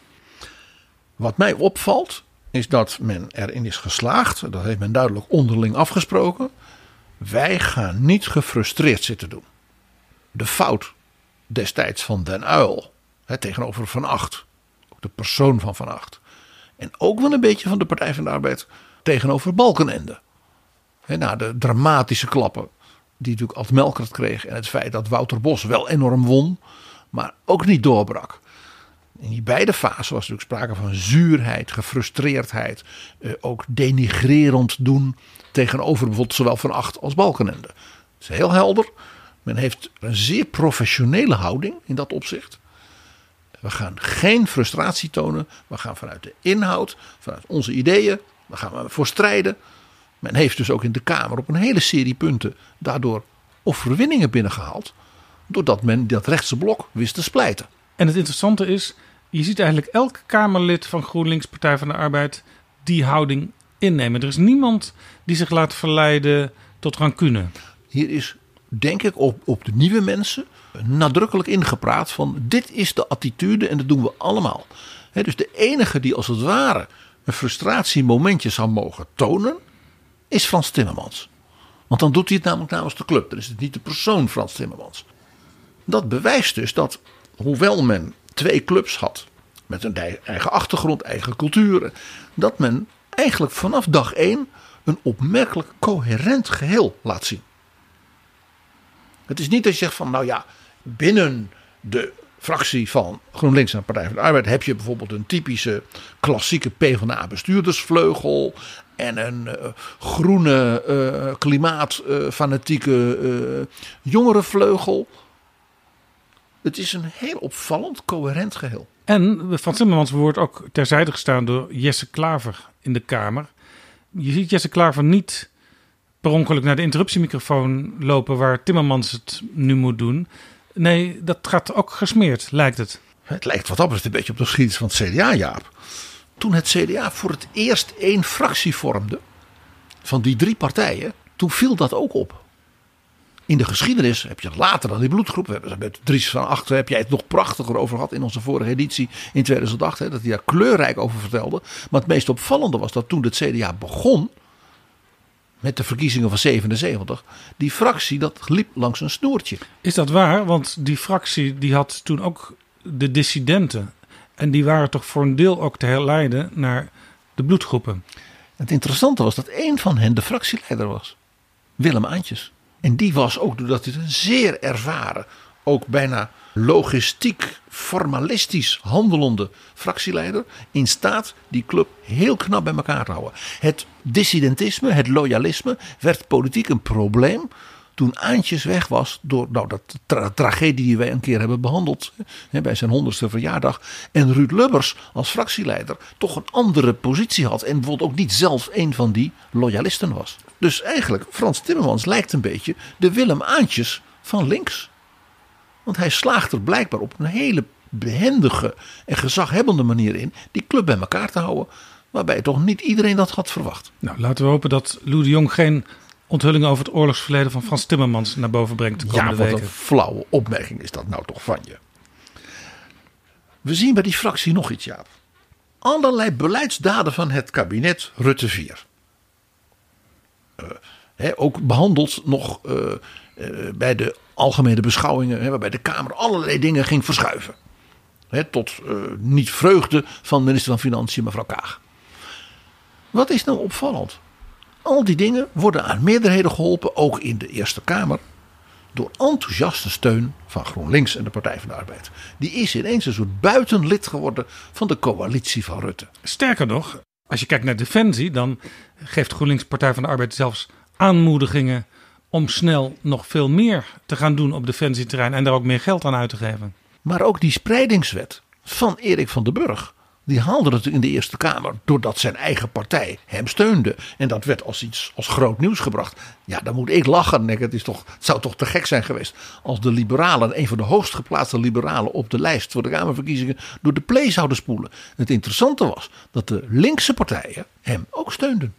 Speaker 9: Wat mij opvalt is dat men erin is geslaagd. Dat heeft men duidelijk onderling afgesproken. Wij gaan niet gefrustreerd zitten doen. De fout destijds van Den Uyl tegenover Van Agt. Ook de persoon van Van Agt. En ook wel een beetje van de Partij van de Arbeid tegenover Balkenende. Na de dramatische klappen die natuurlijk Ad Melkert kreeg. En het feit dat Wouter Bos wel enorm won. Maar ook niet doorbrak. In die beide fasen was natuurlijk sprake van zuurheid, gefrustreerdheid. Ook denigrerend doen tegenover bijvoorbeeld zowel Van Agt als Balkenende. Het is heel helder. Men heeft een zeer professionele houding in dat opzicht. We gaan geen frustratie tonen. We gaan vanuit de inhoud, vanuit onze ideeën. Daar gaan we voor strijden. Men heeft dus ook in de Kamer op een hele serie punten daardoor overwinningen binnengehaald. Doordat men dat rechtse blok wist te splijten.
Speaker 8: En het interessante is, je ziet eigenlijk elk Kamerlid van GroenLinks Partij van de Arbeid die houding innemen. Er is niemand die zich laat verleiden tot rancune.
Speaker 9: Hier is denk ik op de nieuwe mensen nadrukkelijk ingepraat van dit is de attitude en dat doen we allemaal. Dus de enige die als het ware een frustratiemomentje zou mogen tonen is Frans Timmermans. Want dan doet hij het namelijk namens de club. Dan is het niet de persoon Frans Timmermans. Dat bewijst dus dat hoewel men twee clubs had met een eigen achtergrond, eigen cultuur, dat men eigenlijk vanaf dag 1 een opmerkelijk coherent geheel laat zien. Het is niet dat je zegt van nou ja, binnen de fractie van GroenLinks en Partij van de Arbeid heb je bijvoorbeeld een typische klassieke PvdA bestuurdersvleugel en een groene klimaatfanatieke jongerenvleugel. Het is een heel opvallend coherent geheel.
Speaker 8: En Frans Timmermans wordt ook terzijde gestaan door Jesse Klaver in de Kamer. Je ziet Jesse Klaver niet per ongeluk naar de interruptiemicrofoon lopen waar Timmermans het nu moet doen. Nee, dat gaat ook gesmeerd, lijkt het.
Speaker 9: Het lijkt wat dat betreft een beetje op de geschiedenis van het CDA, Jaap. Toen het CDA voor het eerst één fractie vormde van die 3 partijen, toen viel dat ook op. In de geschiedenis heb je later dan die bloedgroep. We hebben met Dries van Achten heb jij het nog prachtiger over gehad in onze vorige editie in 2008. Hè, dat hij daar kleurrijk over vertelde. Maar het meest opvallende was dat toen het CDA begon met de verkiezingen van 77, die fractie dat liep langs een snoertje.
Speaker 8: Is dat waar? Want die fractie die had toen ook de dissidenten. En die waren toch voor een deel ook te herleiden naar de bloedgroepen.
Speaker 9: Het interessante was dat één van hen de fractieleider was. Willem Aantjes. En die was ook, doordat hij een zeer ervaren, ook bijna logistiek, formalistisch handelende fractieleider, in staat die club heel knap bij elkaar te houden. Het dissidentisme, het loyalisme werd politiek een probleem toen Aantjes weg was door dat tragedie die wij een keer hebben behandeld bij zijn 100ste verjaardag. En Ruud Lubbers als fractieleider toch een andere positie had en bijvoorbeeld ook niet zelf een van die loyalisten was. Dus eigenlijk, Frans Timmermans lijkt een beetje de Willem Aantjes van links. Want hij slaagt er blijkbaar op een hele behendige en gezaghebbende manier in die club bij elkaar te houden, waarbij toch niet iedereen dat had verwacht.
Speaker 8: Nou, laten we hopen dat Lou de Jong geen onthullingen over het oorlogsverleden van Frans Timmermans naar boven brengt de komende weken.
Speaker 9: Ja, wat een flauwe opmerking is dat nou toch van je. We zien bij die fractie nog iets, Jaap. Allerlei beleidsdaden van het kabinet Rutte 4. Ook behandeld nog bij de algemene beschouwingen, waarbij de Kamer allerlei dingen ging verschuiven. Tot niet vreugde van minister van Financiën mevrouw Kaag. Wat is nou opvallend? Al die dingen worden aan meerderheden geholpen, ook in de Eerste Kamer, door enthousiaste steun van GroenLinks en de Partij van de Arbeid. Die is ineens een soort buitenlid geworden van de coalitie van Rutte.
Speaker 8: Sterker nog, als je kijkt naar Defensie, dan geeft GroenLinks Partij van de Arbeid zelfs aanmoedigingen om snel nog veel meer te gaan doen op defensieterrein en daar ook meer geld aan uit te geven.
Speaker 9: Maar ook die spreidingswet van Erik van den Burg, die haalde het in de Eerste Kamer doordat zijn eigen partij hem steunde. En dat werd als groot nieuws gebracht. Ja, dan moet ik lachen. Het zou toch te gek zijn geweest als de liberalen, een van de hoogst geplaatste liberalen op de lijst voor de Kamerverkiezingen, door de play zouden spoelen. Het interessante was dat de linkse partijen hem ook steunden.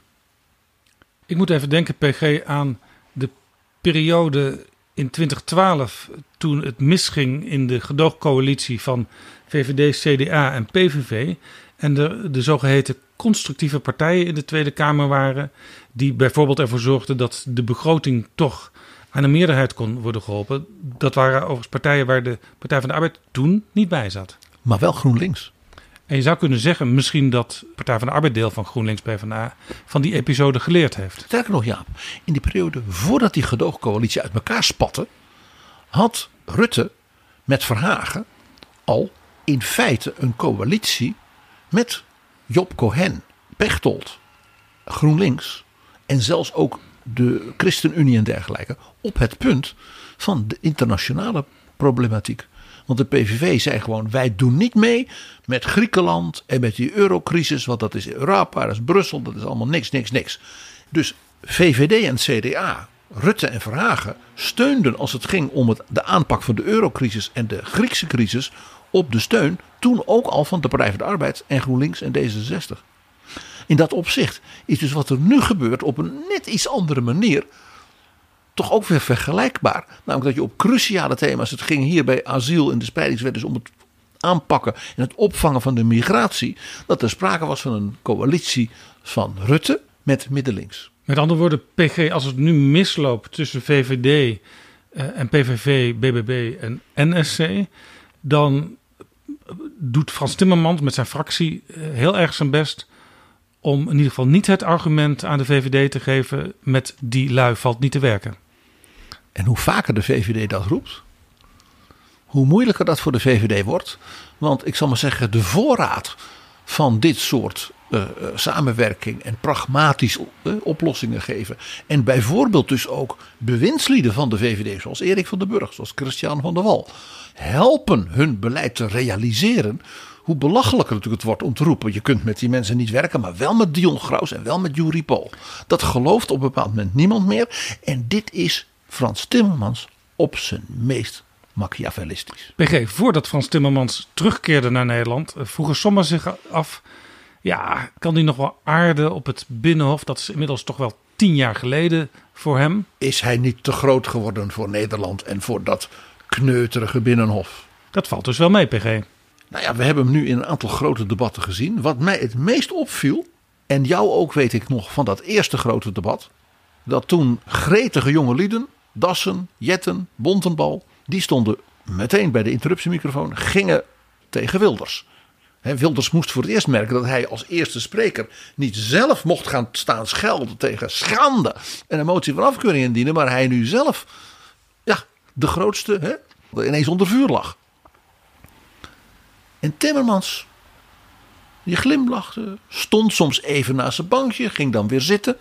Speaker 8: Ik moet even denken, PG, aan de periode in 2012 toen het misging in de gedoogcoalitie van VVD, CDA en PVV. En de zogeheten constructieve partijen in de Tweede Kamer waren, die bijvoorbeeld ervoor zorgden dat de begroting toch aan een meerderheid kon worden geholpen. Dat waren overigens partijen waar de Partij van de Arbeid toen niet bij zat.
Speaker 9: Maar wel GroenLinks.
Speaker 8: En je zou kunnen zeggen misschien dat Partij van de Arbeid, deel van GroenLinks PvdA, van die episode geleerd heeft.
Speaker 9: Sterker nog, Jaap, in die periode voordat die gedoogcoalitie uit elkaar spatte, had Rutte met Verhagen al in feite een coalitie met Job Cohen, Pechtold, GroenLinks en zelfs ook de ChristenUnie en dergelijke op het punt van de internationale problematiek. Want de PVV zei gewoon, wij doen niet mee met Griekenland en met die eurocrisis, want dat is Europa, dat is Brussel, dat is allemaal niks. Dus VVD en CDA, Rutte en Verhagen steunden als het ging om de aanpak van de eurocrisis en de Griekse crisis op de steun, toen ook al van de Partij van de Arbeid en GroenLinks en D66. In dat opzicht is dus wat er nu gebeurt op een net iets andere manier toch ook weer vergelijkbaar. Namelijk dat je op cruciale thema's, het ging hier bij asiel en de spreidingswet dus om het aanpakken en het opvangen van de migratie, dat er sprake was van een coalitie van Rutte met middenlinks.
Speaker 8: Met andere woorden, PG, als het nu misloopt tussen VVD en PVV, BBB en NSC, dan doet Frans Timmermans met zijn fractie heel erg zijn best om in ieder geval niet het argument aan de VVD te geven met die lui valt niet te werken.
Speaker 9: En hoe vaker de VVD dat roept, hoe moeilijker dat voor de VVD wordt. Want ik zal maar zeggen, de voorraad van dit soort samenwerking en pragmatisch oplossingen geven. En bijvoorbeeld dus ook bewindslieden van de VVD, zoals Erik van den Burg, zoals Christian van der Wal, helpen hun beleid te realiseren. Hoe belachelijker natuurlijk het wordt om te roepen, je kunt met die mensen niet werken, maar wel met Dion Graus en wel met Juri Paul. Dat gelooft op een bepaald moment niemand meer. En dit is Frans Timmermans op zijn meest machiavellistisch.
Speaker 8: PG, voordat Frans Timmermans terugkeerde naar Nederland, vroegen sommigen zich af, ja, kan die nog wel aarden op het Binnenhof? Dat is inmiddels toch wel 10 jaar geleden voor hem.
Speaker 9: Is hij niet te groot geworden voor Nederland en voor dat kneuterige Binnenhof?
Speaker 8: Dat valt dus wel mee, PG.
Speaker 9: Nou ja, we hebben hem nu in een aantal grote debatten gezien. Wat mij het meest opviel, en jou ook weet ik nog van dat eerste grote debat, dat toen gretige jonge lieden, Dassen, Jetten, Bontenbal, die stonden meteen bij de interruptiemicrofoon, gingen tegen Wilders. Wilders moest voor het eerst merken dat hij als eerste spreker niet zelf mocht gaan staan schelden tegen schande en een motie van afkeuring indienen, maar hij nu zelf de grootste ineens onder vuur lag. En Timmermans, die glimlachte, stond soms even naast zijn bankje, ging dan weer zitten.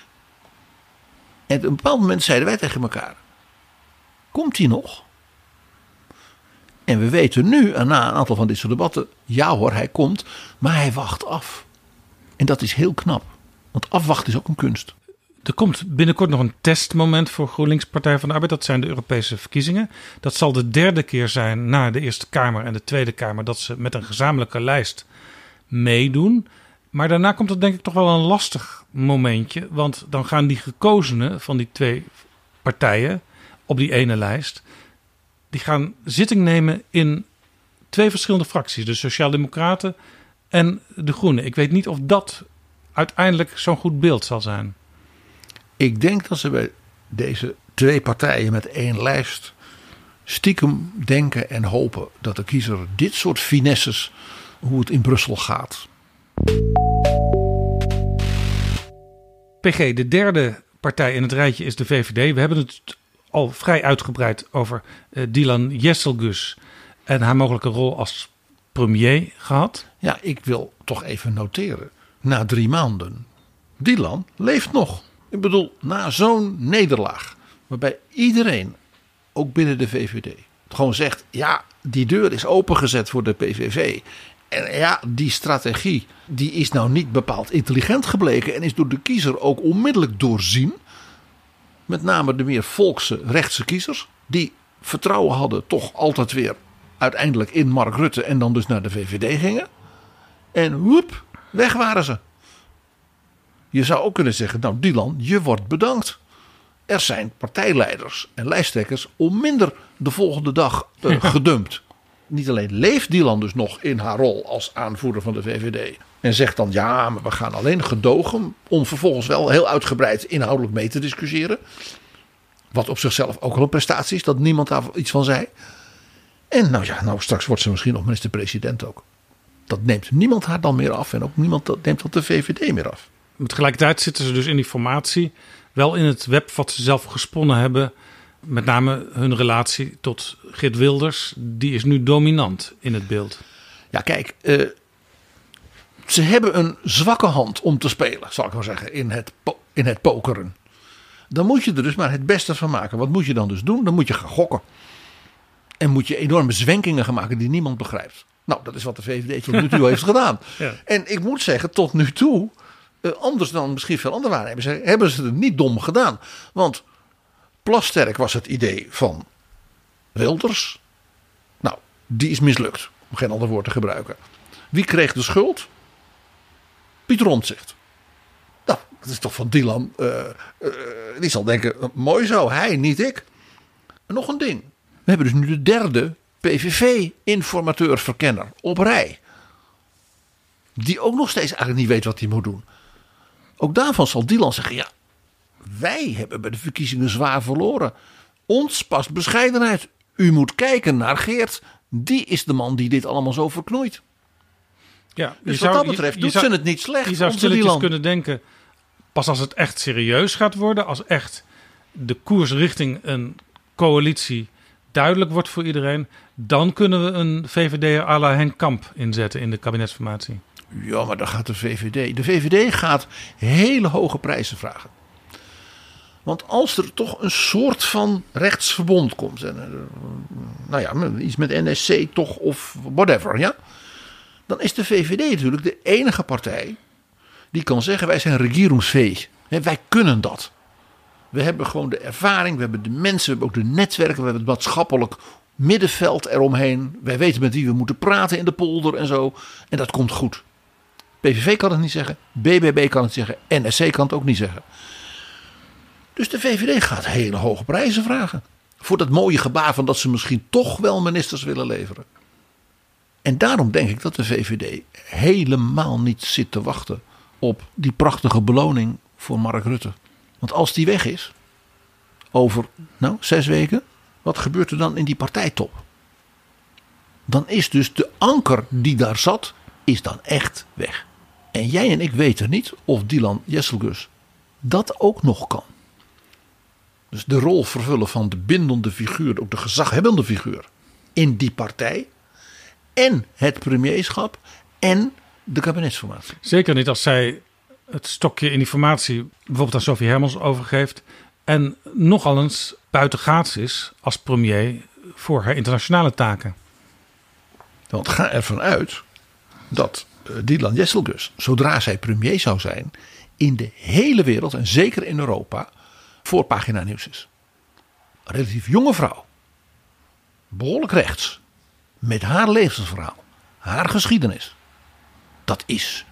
Speaker 9: En op een bepaald moment zeiden wij tegen elkaar, komt hij nog? En we weten nu, na een aantal van dit soort debatten, ja hoor, hij komt, maar hij wacht af. En dat is heel knap, want afwachten is ook een kunst.
Speaker 8: Er komt binnenkort nog een testmoment voor GroenLinks Partij van de Arbeid. Dat zijn de Europese verkiezingen. Dat zal de derde keer zijn na de Eerste Kamer en de Tweede Kamer dat ze met een gezamenlijke lijst meedoen. Maar daarna komt er denk ik toch wel een lastig momentje. Want dan gaan die gekozenen van die twee partijen op die ene lijst, die gaan zitting nemen in twee verschillende fracties. De Sociaaldemocraten en de Groenen. Ik weet niet of dat uiteindelijk zo'n goed beeld zal zijn.
Speaker 9: Ik denk dat ze bij deze twee partijen met één lijst stiekem denken en hopen dat de kiezer dit soort finesses, hoe het in Brussel gaat.
Speaker 8: PG, de derde partij in het rijtje is de VVD. We hebben het al vrij uitgebreid over Dylan Jesselgus en haar mogelijke rol als premier gehad.
Speaker 9: Ja, ik wil toch even noteren. Na 3 maanden, Dylan leeft nog. Ik bedoel, na zo'n nederlaag, waarbij iedereen, ook binnen de VVD, gewoon zegt, ja, die deur is opengezet voor de PVV. En ja, die strategie, die is nou niet bepaald intelligent gebleken en is door de kiezer ook onmiddellijk doorzien. Met name de meer volkse rechtse kiezers, die vertrouwen hadden toch altijd weer uiteindelijk in Mark Rutte en dan dus naar de VVD gingen. En woep, weg waren ze. Je zou ook kunnen zeggen, nou Dylan, je wordt bedankt. Er zijn partijleiders en lijsttrekkers onminder de volgende dag gedumpt. Niet alleen leeft Dylan dus nog in haar rol als aanvoerder van de VVD. En zegt dan, ja, maar we gaan alleen gedogen. Om vervolgens wel heel uitgebreid inhoudelijk mee te discussiëren. Wat op zichzelf ook al een prestatie is, dat niemand daar iets van zei. En nou straks wordt ze misschien nog minister-president ook. Dat neemt niemand haar dan meer af. En ook niemand neemt dat de VVD meer af.
Speaker 8: Tegelijkertijd zitten ze dus in die formatie wel in het web wat ze zelf gesponnen hebben. Met name hun relatie tot Geert Wilders. Die is nu dominant in het beeld.
Speaker 9: Ja, kijk. Ze hebben een zwakke hand om te spelen, zal ik maar zeggen, in het pokeren. Dan moet je er dus maar het beste van maken. Wat moet je dan dus doen? Dan moet je gaan gokken. En moet je enorme zwenkingen gaan maken die niemand begrijpt. Nou, dat is wat de VVD tot nu toe heeft gedaan. Ja. En ik moet zeggen, tot nu toe, anders dan misschien veel andere waarnemers, hebben ze het niet dom gedaan. Want Plasterk was het idee van Wilders. Nou, die is mislukt. Om geen ander woord te gebruiken. Wie kreeg de schuld? Pieter Omtzigt. Nou, dat is toch van Dylan. Die zal denken, mooi zo, hij, niet ik. En nog een ding. We hebben dus nu de derde PVV-informateur-verkenner op rij. Die ook nog steeds eigenlijk niet weet wat hij moet doen. Ook daarvan zal Dylan zeggen, ja, wij hebben bij de verkiezingen zwaar verloren. Ons past bescheidenheid. U moet kijken naar Geert. Die is de man die dit allemaal zo verknoeit.
Speaker 8: Ja,
Speaker 9: dus wat dat betreft doet ze het niet slecht.
Speaker 8: Je zou stilletjes kunnen denken, pas als het echt serieus gaat worden, als echt de koers richting een coalitie duidelijk wordt voor iedereen, dan kunnen we een VVD à la Henk Kamp inzetten in de kabinetsformatie.
Speaker 9: Ja, maar dan gaat de VVD. De VVD gaat hele hoge prijzen vragen. Want als er toch een soort van rechtsverbond komt, en, nou ja, iets met NSC toch of whatever, ja, dan is de VVD natuurlijk de enige partij die kan zeggen, wij zijn regeringsfähig. Wij kunnen dat. We hebben gewoon de ervaring, we hebben de mensen, we hebben ook de netwerken, we hebben het maatschappelijk middenveld eromheen. Wij weten met wie we moeten praten in de polder en zo. En dat komt goed. PVV kan het niet zeggen, BBB kan het zeggen, NSC kan het ook niet zeggen. Dus de VVD gaat hele hoge prijzen vragen. Voor dat mooie gebaar van dat ze misschien toch wel ministers willen leveren. En daarom denk ik dat de VVD helemaal niet zit te wachten op die prachtige beloning voor Mark Rutte. Want als die weg is, over 6 weken, wat gebeurt er dan in die partijtop? Dan is dus de anker die daar zat, is dan echt weg. En jij en ik weten niet of Dylan Jesselgus dat ook nog kan. Dus de rol vervullen van de bindende figuur, ook de gezaghebbende figuur in die partij. En het premierschap en de kabinetsformatie.
Speaker 8: Zeker niet als zij het stokje in die formatie bijvoorbeeld aan Sophie Hermans overgeeft. En nogal eens buitengaats is als premier voor haar internationale taken.
Speaker 9: Want ga ervan uit dat Dylan Jesselgus, zodra zij premier zou zijn, in de hele wereld en zeker in Europa voorpagina nieuws is. Een relatief jonge vrouw. Behoorlijk rechts. Met haar levensverhaal. Haar geschiedenis. Dat is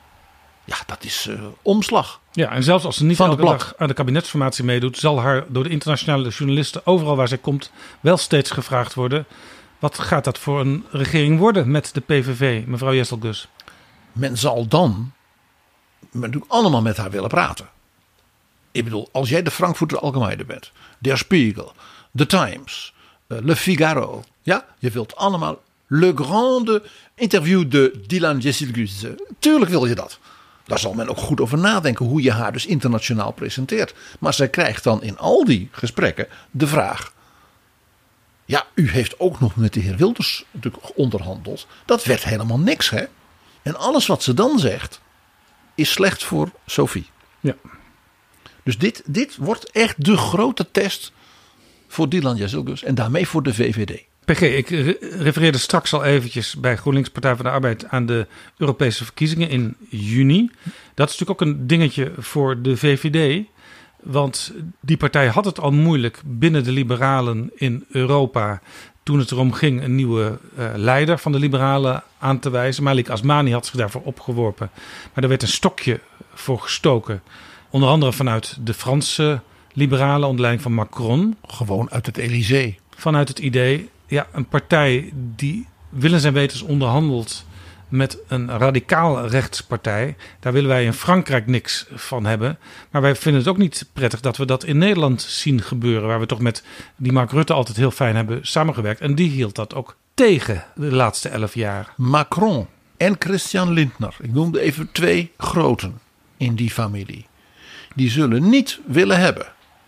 Speaker 9: omslag.
Speaker 8: Ja, en zelfs als ze niet elke dag aan de kabinetsformatie meedoet, zal haar door de internationale journalisten overal waar zij komt wel steeds gevraagd worden: wat gaat dat voor een regering worden met de PVV, mevrouw Jesselgus?
Speaker 9: Men zal dan natuurlijk allemaal met haar willen praten. Ik bedoel, als jij de Frankfurter Allgemeine bent, Der Spiegel, The Times, Le Figaro. Ja, je wilt allemaal le grande interview de Dylan Jesselgus. Tuurlijk wil je dat. Daar zal men ook goed over nadenken hoe je haar dus internationaal presenteert. Maar zij krijgt dan in al die gesprekken de vraag: ja, u heeft ook nog met de heer Wilders natuurlijk onderhandeld. Dat werd helemaal niks, hè? En alles wat ze dan zegt is slecht voor Sophie.
Speaker 8: Ja.
Speaker 9: Dus dit wordt echt de grote test voor Dylan Jesselgus en daarmee voor de VVD.
Speaker 8: PG, ik refereerde straks al eventjes bij GroenLinks Partij van de Arbeid aan de Europese verkiezingen in juni. Dat is natuurlijk ook een dingetje voor de VVD. Want die partij had het al moeilijk binnen de liberalen in Europa toen het erom ging een nieuwe leider van de liberalen aan te wijzen. Malik Asmani had zich daarvoor opgeworpen. Maar er werd een stokje voor gestoken. Onder andere vanuit de Franse liberalen onder leiding van Macron.
Speaker 9: Gewoon uit het Élysée.
Speaker 8: Vanuit het idee, ja, een partij die willens en wetens onderhandelt met een radicaal rechtspartij. Daar willen wij in Frankrijk niks van hebben. Maar wij vinden het ook niet prettig dat we dat in Nederland zien gebeuren. Waar we toch met die Mark Rutte altijd heel fijn hebben samengewerkt. En die hield dat ook tegen de laatste 11 jaar.
Speaker 9: Macron en Christian Lindner. Ik noemde even 2 groten in die familie. Die zullen niet willen hebben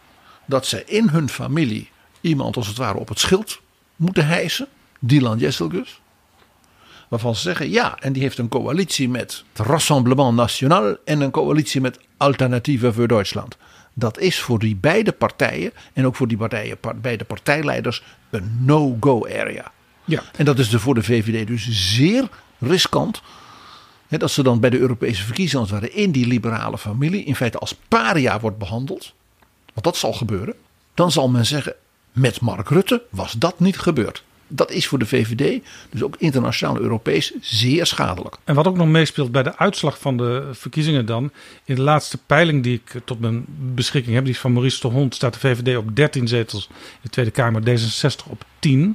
Speaker 9: dat zij in hun familie iemand als het ware op het schild moeten hijsen. Dylan Jesselgus. Waarvan ze zeggen, ja, en die heeft een coalitie met het Rassemblement National en een coalitie met Alternatieven voor Duitsland. Dat is voor die beide partijen en ook voor die beide partijleiders een no-go area.
Speaker 8: Ja.
Speaker 9: En dat is voor de VVD dus zeer riskant. Hè, dat ze dan bij de Europese verkiezingen als het ware in die liberale familie in feite als paria wordt behandeld. Want dat zal gebeuren. Dan zal men zeggen, met Mark Rutte was dat niet gebeurd. Dat is voor de VVD, dus ook internationaal en Europees, zeer schadelijk.
Speaker 8: En wat ook nog meespeelt bij de uitslag van de verkiezingen dan. In de laatste peiling die ik tot mijn beschikking heb, die is van Maurice de Hond, staat de VVD op 13 zetels in de Tweede Kamer, D66 op 10.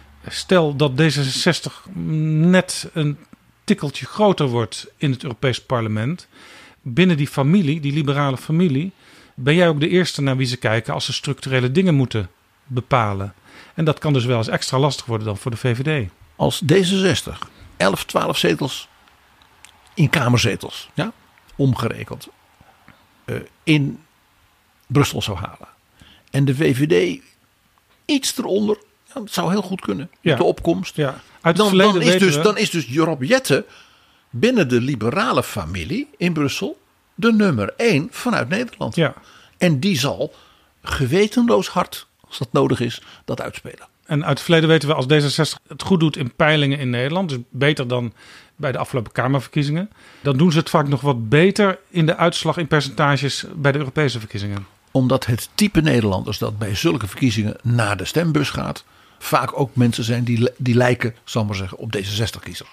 Speaker 8: Stel dat D66 net een tikkeltje groter wordt in het Europees Parlement. Binnen die familie, die liberale familie, ben jij ook de eerste naar wie ze kijken als ze structurele dingen moeten bepalen. En dat kan dus wel eens extra lastig worden dan voor de VVD.
Speaker 9: Als D66 11, 12 zetels in kamerzetels, ja, omgerekend, in Brussel zou halen. En de VVD iets eronder, ja, dat zou heel goed kunnen.
Speaker 8: Ja.
Speaker 9: De opkomst.
Speaker 8: Ja.
Speaker 9: Dan is dus Rob Jetten binnen de liberale familie in Brussel de nummer 1 vanuit Nederland.
Speaker 8: Ja.
Speaker 9: En die zal gewetenloos hard, als dat nodig is, dat uitspelen.
Speaker 8: En uit het verleden weten we als D66 het goed doet in peilingen in Nederland. Dus beter dan bij de afgelopen Kamerverkiezingen. Dan doen ze het vaak nog wat beter in de uitslag in percentages bij de Europese verkiezingen.
Speaker 9: Omdat het type Nederlanders dat bij zulke verkiezingen naar de stembus gaat, vaak ook mensen zijn die lijken, zal ik maar zeggen, op D66-kiezers.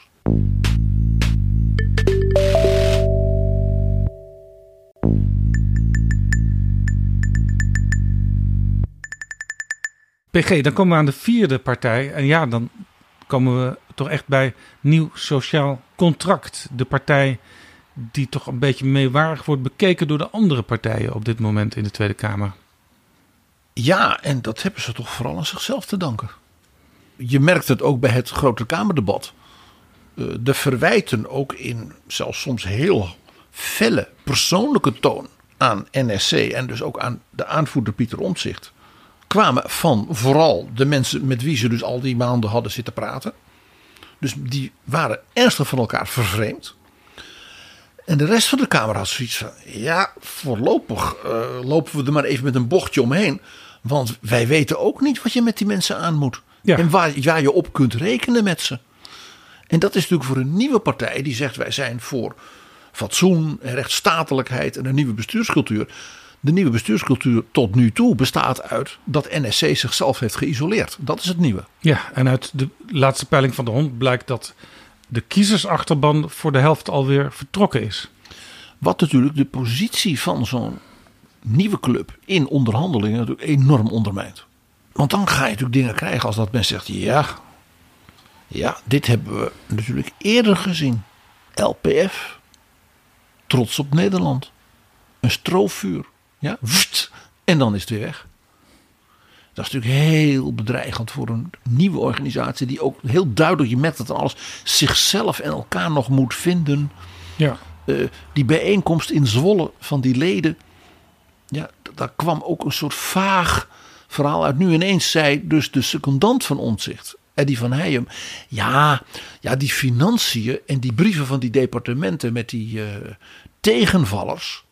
Speaker 8: PG, dan komen we aan de vierde partij. En ja, dan komen we toch echt bij Nieuw Sociaal Contract. De partij die toch een beetje meewarig wordt bekeken door de andere partijen op dit moment in de Tweede Kamer.
Speaker 9: Ja, en dat hebben ze toch vooral aan zichzelf te danken. Je merkt het ook bij het Grote Kamerdebat. De verwijten ook in zelfs soms heel felle persoonlijke toon aan NSC en dus ook aan de aanvoerder Pieter Omtzigt kwamen van vooral de mensen met wie ze dus al die maanden hadden zitten praten. Dus die waren ernstig van elkaar vervreemd. En de rest van de Kamer had zoiets van, ja, voorlopig lopen we er maar even met een bochtje omheen. Want wij weten ook niet wat je met die mensen aan moet. Ja. En waar je op kunt rekenen met ze. En dat is natuurlijk voor een nieuwe partij die zegt wij zijn voor fatsoen, rechtsstatelijkheid en een nieuwe bestuurscultuur. De nieuwe bestuurscultuur tot nu toe bestaat uit dat NSC zichzelf heeft geïsoleerd. Dat is het nieuwe.
Speaker 8: Ja, en uit de laatste peiling van de Hond blijkt dat de kiezersachterban voor de helft alweer vertrokken is.
Speaker 9: Wat natuurlijk de positie van zo'n nieuwe club in onderhandelingen natuurlijk enorm ondermijnt. Want dan ga je natuurlijk dingen krijgen als dat men zegt, ja, dit hebben we natuurlijk eerder gezien. LPF, Trots op Nederland, een stroofvuur, ja, en dan is het weer weg. Dat is natuurlijk heel bedreigend voor een nieuwe organisatie die ook heel duidelijk, je merkt het aan alles, zichzelf en elkaar nog moet vinden.
Speaker 8: Ja.
Speaker 9: Die bijeenkomst in Zwolle van die leden, ja, daar kwam ook een soort vaag verhaal uit. Nu ineens zei dus de secondant van Omtzigt, Eddy van Heijem, ja, die financiën en die brieven van die departementen met die tegenvallers.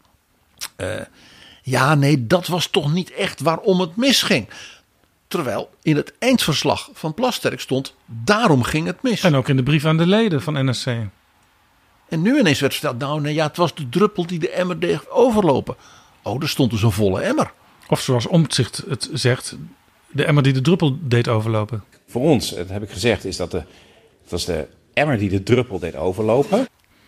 Speaker 9: Dat was toch niet echt waarom het misging. Terwijl in het eindverslag van Plasterk stond, daarom ging het mis.
Speaker 8: En ook in de brief aan de leden van NSC.
Speaker 9: En nu ineens werd verteld, het was de druppel die de emmer deed overlopen. Oh, er stond dus een volle emmer.
Speaker 8: Of zoals Omtzigt het zegt, de emmer die de druppel deed overlopen.
Speaker 21: Voor ons, dat heb ik gezegd, is dat was de emmer die de druppel deed overlopen.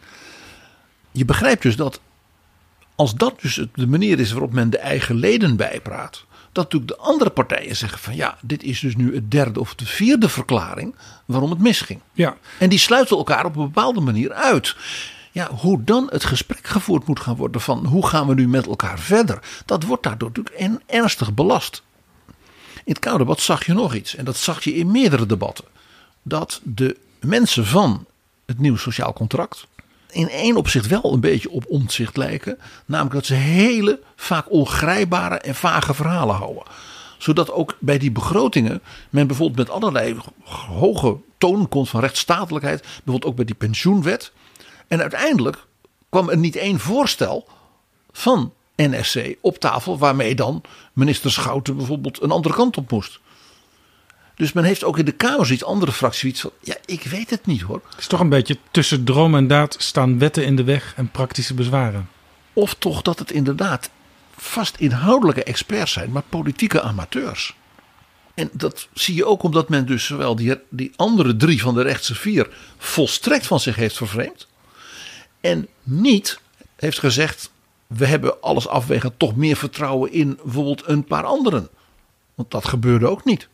Speaker 9: Je begrijpt dus dat als dat dus de manier is waarop men de eigen leden bijpraat, dat natuurlijk de andere partijen zeggen van dit is dus nu het derde of de vierde verklaring waarom het misging.
Speaker 8: Ja.
Speaker 9: En die sluiten elkaar op een bepaalde manier uit. Ja, hoe dan het gesprek gevoerd moet gaan worden van hoe gaan we nu met elkaar verder, dat wordt daardoor natuurlijk ernstig belast. In het Kamerdebat zag je nog iets, en dat zag je in meerdere debatten, dat de mensen van het Nieuw Sociaal Contract in één opzicht wel een beetje op Omtzigt lijken. Namelijk dat ze hele, vaak ongrijpbare en vage verhalen houden. Zodat ook bij die begrotingen men bijvoorbeeld met allerlei hoge toon komt van rechtsstatelijkheid. Bijvoorbeeld ook bij die pensioenwet. En uiteindelijk kwam er niet één voorstel van NSC op tafel waarmee dan minister Schouten bijvoorbeeld een andere kant op moest. Dus men heeft ook in de Kamer zoiets, andere fracties iets van, ik weet het niet hoor.
Speaker 8: Het is toch een beetje tussen droom en daad staan wetten in de weg en praktische bezwaren.
Speaker 9: Of toch dat het inderdaad vast inhoudelijke experts zijn, maar politieke amateurs. En dat zie je ook omdat men dus zowel die andere 3 van de rechtse 4 volstrekt van zich heeft vervreemd. En niet heeft gezegd, we hebben alles afwegen, toch meer vertrouwen in bijvoorbeeld een paar anderen. Want dat gebeurde ook niet.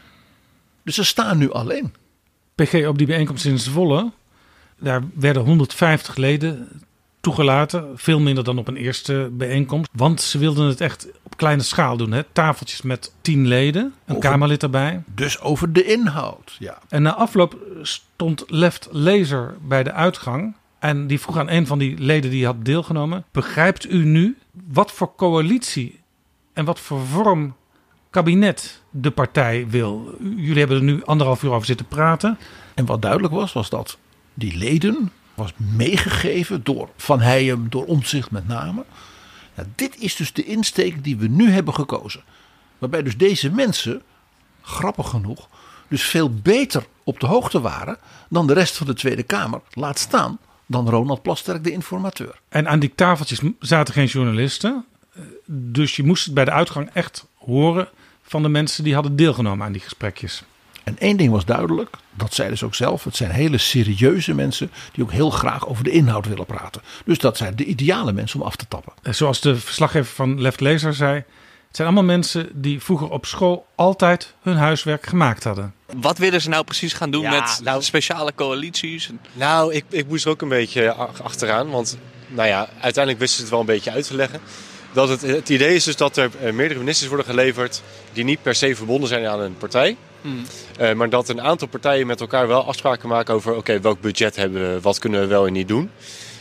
Speaker 9: Dus ze staan nu alleen.
Speaker 8: PG, op die bijeenkomst in Zwolle, daar werden 150 leden toegelaten. Veel minder dan op een eerste bijeenkomst. Want ze wilden het echt op kleine schaal doen. Hè? Tafeltjes met 10 leden, een Kamerlid erbij.
Speaker 9: Dus over de inhoud, ja.
Speaker 8: En na afloop stond Left Lezer bij de uitgang. En die vroeg aan een van die leden die had deelgenomen, begrijpt u nu wat voor coalitie en wat voor vorm kabinet de partij wil? Jullie hebben er nu 1,5 uur over zitten praten.
Speaker 9: En wat duidelijk was dat die leden was meegegeven door Van Heijem, door Omtzigt met name. Ja, dit is dus de insteek die we nu hebben gekozen. Waarbij dus deze mensen, grappig genoeg, dus veel beter op de hoogte waren dan de rest van de Tweede Kamer. Laat staan dan Ronald Plasterk, de informateur.
Speaker 8: En aan die tafeltjes zaten geen journalisten. Dus je moest het bij de uitgang echt horen van de mensen die hadden deelgenomen aan die gesprekjes.
Speaker 9: En één ding was duidelijk, dat zeiden ze ook zelf. Het zijn hele serieuze mensen die ook heel graag over de inhoud willen praten. Dus dat zijn de ideale mensen om af te tappen.
Speaker 8: Zoals de verslaggever van Left Lezer zei, Het zijn allemaal mensen die vroeger op school altijd hun huiswerk gemaakt hadden.
Speaker 1: Wat willen ze nou precies gaan doen met speciale coalities?
Speaker 22: Nou, ik moest er ook een beetje achteraan. Want uiteindelijk wisten ze het wel een beetje uit te leggen. Dat het idee is dus dat er meerdere ministers worden geleverd die niet per se verbonden zijn aan een partij. Maar dat een aantal partijen met elkaar wel afspraken maken over welk budget hebben we, wat kunnen we wel en niet doen.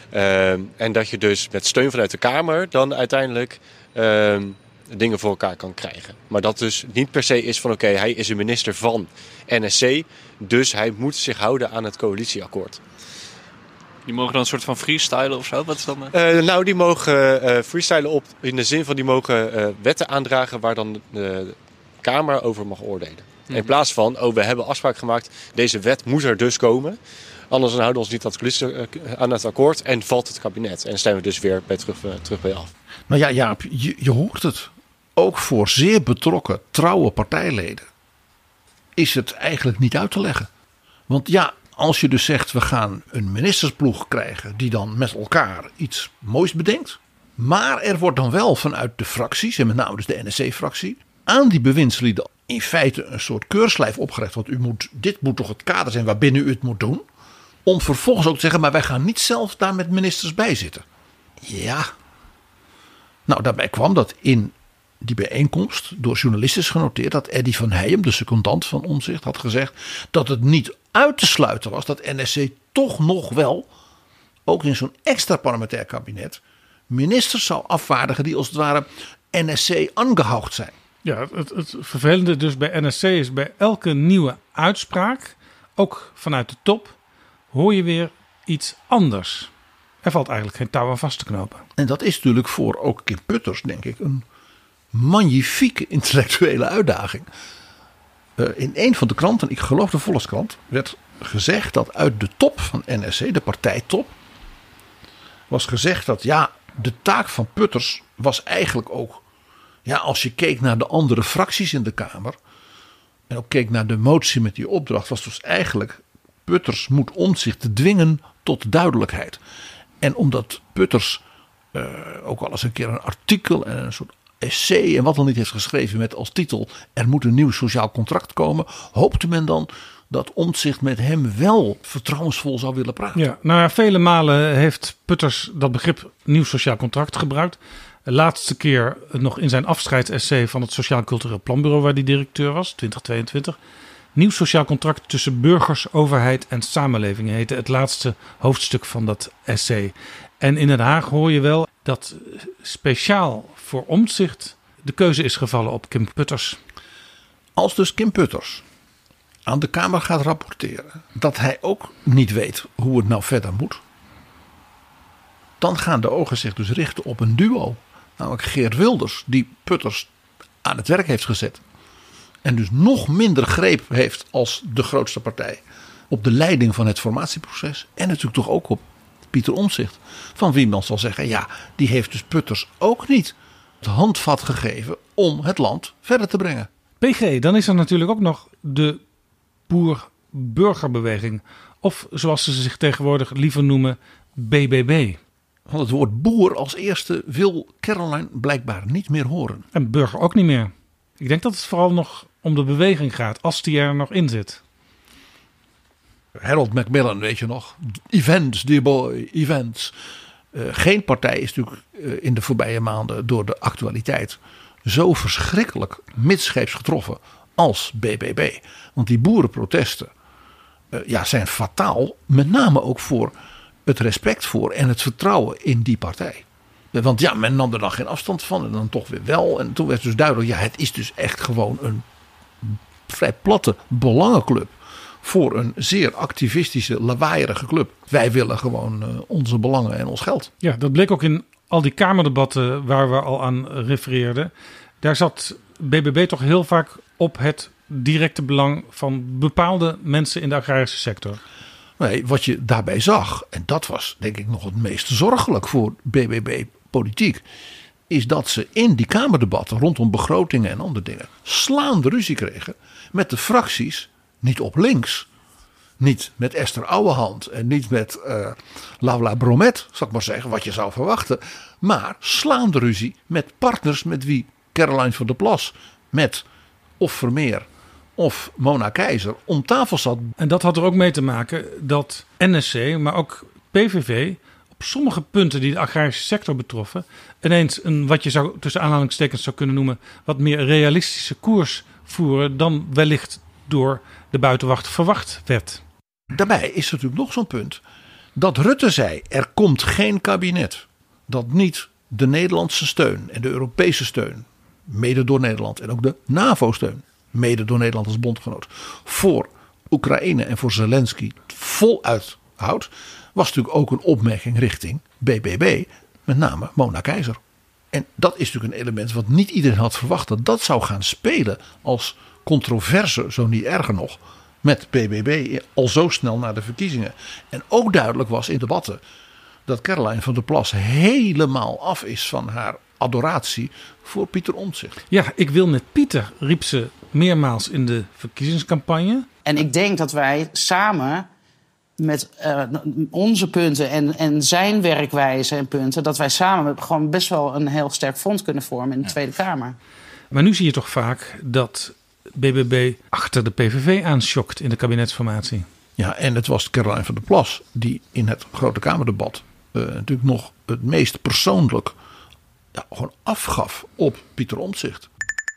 Speaker 22: En dat je dus met steun vanuit de Kamer dan uiteindelijk dingen voor elkaar kan krijgen. Maar dat dus niet per se is van hij is een minister van NSC, dus hij moet zich houden aan het coalitieakkoord.
Speaker 1: Die mogen dan een soort van freestylen of zo? Wat is dat
Speaker 22: die mogen freestylen op in de zin van die mogen wetten aandragen waar dan de Kamer over mag oordelen. In plaats van, we hebben afspraak gemaakt, deze wet moet er dus komen. Anders dan houden we ons niet aan het akkoord en valt het kabinet. En dan stemmen we dus weer terug bij af.
Speaker 9: Nou ja, Jaap, je hoort het. Ook voor zeer betrokken, trouwe partijleden is het eigenlijk niet uit te leggen. Want als je dus zegt, we gaan een ministersploeg krijgen die dan met elkaar iets moois bedenkt. Maar er wordt dan wel vanuit de fracties, en met name dus de NSC-fractie, aan die bewindslieden in feite een soort keurslijf opgelegd. Want dit moet toch het kader zijn waarbinnen u het moet doen. Om vervolgens ook te zeggen, maar wij gaan niet zelf daar met ministers bij zitten. Ja. Nou, daarbij kwam dat in die bijeenkomst door journalisten is genoteerd dat Eddy van Heijem, de secondant van Omtzigt, had gezegd dat het niet uit te sluiten was dat NSC toch nog wel, ook in zo'n extra parlementair kabinet, ministers zou afvaardigen die als het ware NSC aangehoogd zijn.
Speaker 8: Ja, het vervelende dus bij NSC is bij elke nieuwe uitspraak, ook vanuit de top, hoor je weer iets anders. Er valt eigenlijk geen touw aan vast te knopen.
Speaker 9: En dat is natuurlijk voor ook Kim Putters, denk ik, een magnifieke intellectuele uitdaging. In een van de kranten, ik geloof de Volkskrant, werd gezegd dat uit de top van NSC, de partijtop, was gezegd dat de taak van Putters was eigenlijk ook, als je keek naar de andere fracties in de Kamer en ook keek naar de motie met die opdracht, was dus eigenlijk Putters moet Omtzigt te dwingen tot duidelijkheid. En omdat Putters ook al eens een keer een artikel en een soort essay en wat dan niet heeft geschreven met als titel er moet een nieuw sociaal contract komen, hoopte men dan dat Omtzigt met hem wel vertrouwensvol zou willen praten.
Speaker 8: Ja, vele malen heeft Putters dat begrip nieuw sociaal contract gebruikt. De laatste keer nog in zijn afscheidsessay van het Sociaal Cultureel Planbureau waar hij directeur was, 2022. Nieuw sociaal contract tussen burgers, overheid en samenleving heette het laatste hoofdstuk van dat essay. En in Den Haag hoor je wel dat speciaal voor Omtzigt de keuze is gevallen op Kim Putters.
Speaker 9: Als dus Kim Putters aan de Kamer gaat rapporteren dat hij ook niet weet hoe het nou verder moet, dan gaan de ogen zich dus richten op een duo. Namelijk Geert Wilders, die Putters aan het werk heeft gezet. En dus nog minder greep heeft als de grootste partij op de leiding van het formatieproces. En natuurlijk toch ook op Pieter Omtzigt. Van wie men zal zeggen, die heeft dus Putters ook niet het handvat gegeven om het land verder te brengen.
Speaker 8: PG, dan is er natuurlijk ook nog de boer-burgerbeweging. Of zoals ze zich tegenwoordig liever noemen, BBB.
Speaker 9: Want het woord boer als eerste wil Caroline blijkbaar niet meer horen.
Speaker 8: En burger ook niet meer. Ik denk dat het vooral nog om de beweging gaat, als die er nog in zit.
Speaker 9: Harold Macmillan, weet je nog. Events, dear boy, events. Geen partij is natuurlijk in de voorbije maanden door de actualiteit zo verschrikkelijk midscheeps getroffen als BBB. Want die boerenprotesten zijn fataal. Met name ook voor het respect voor en het vertrouwen in die partij. Want men nam er dan geen afstand van en dan toch weer wel. En toen werd dus duidelijk, het is dus echt gewoon een vrij platte belangenclub. Voor een zeer activistische, lawaaierige club. Wij willen gewoon onze belangen en ons geld.
Speaker 8: Ja, dat bleek ook in al die kamerdebatten waar we al aan refereerden. Daar zat BBB toch heel vaak op het directe belang van bepaalde mensen in de agrarische sector.
Speaker 9: Nee, wat je daarbij zag, en dat was denk ik nog het meest zorgelijk voor BBB-politiek, is dat ze in die kamerdebatten rondom begrotingen en andere dingen slaande ruzie kregen met de fracties, niet op links, niet met Esther Ouwehand en niet met Laura Bromet, zal ik maar zeggen, wat je zou verwachten, maar slaande ruzie met partners met wie Caroline van der Plas met of Vermeer of Mona Keizer om tafel zat.
Speaker 8: En dat had er ook mee te maken dat NSC, maar ook PVV op sommige punten die de agrarische sector betroffen ineens een, wat je zou tussen aanhalingstekens zou kunnen noemen, wat meer realistische koers voeren dan wellicht door de buitenwacht verwacht werd.
Speaker 9: Daarbij is er natuurlijk nog zo'n punt dat Rutte zei, er komt geen kabinet dat niet de Nederlandse steun en de Europese steun, mede door Nederland, en ook de NAVO-steun, mede door Nederland als bondgenoot, voor Oekraïne en voor Zelensky voluit houdt, was natuurlijk ook een opmerking richting BBB, met name Mona Keizer. En dat is natuurlijk een element wat niet iedereen had verwacht, dat zou gaan spelen als controverse, zo niet erger nog, met BBB al zo snel na de verkiezingen. En ook duidelijk was in debatten dat Caroline van der Plas helemaal af is van haar adoratie voor Pieter Omtzigt.
Speaker 8: Ja, ik wil met Pieter, riep ze meermaals in de verkiezingscampagne.
Speaker 3: En ik denk dat wij samen met onze punten en zijn werkwijze en punten, dat wij samen gewoon best wel een heel sterk front kunnen vormen in de Tweede Kamer.
Speaker 8: Maar nu zie je toch vaak dat BBB achter de PVV aanschokt in de kabinetsformatie.
Speaker 9: Ja, en het was Caroline van der Plas die in het Grote Kamerdebat natuurlijk nog het meest persoonlijk gewoon afgaf op Pieter Omtzigt.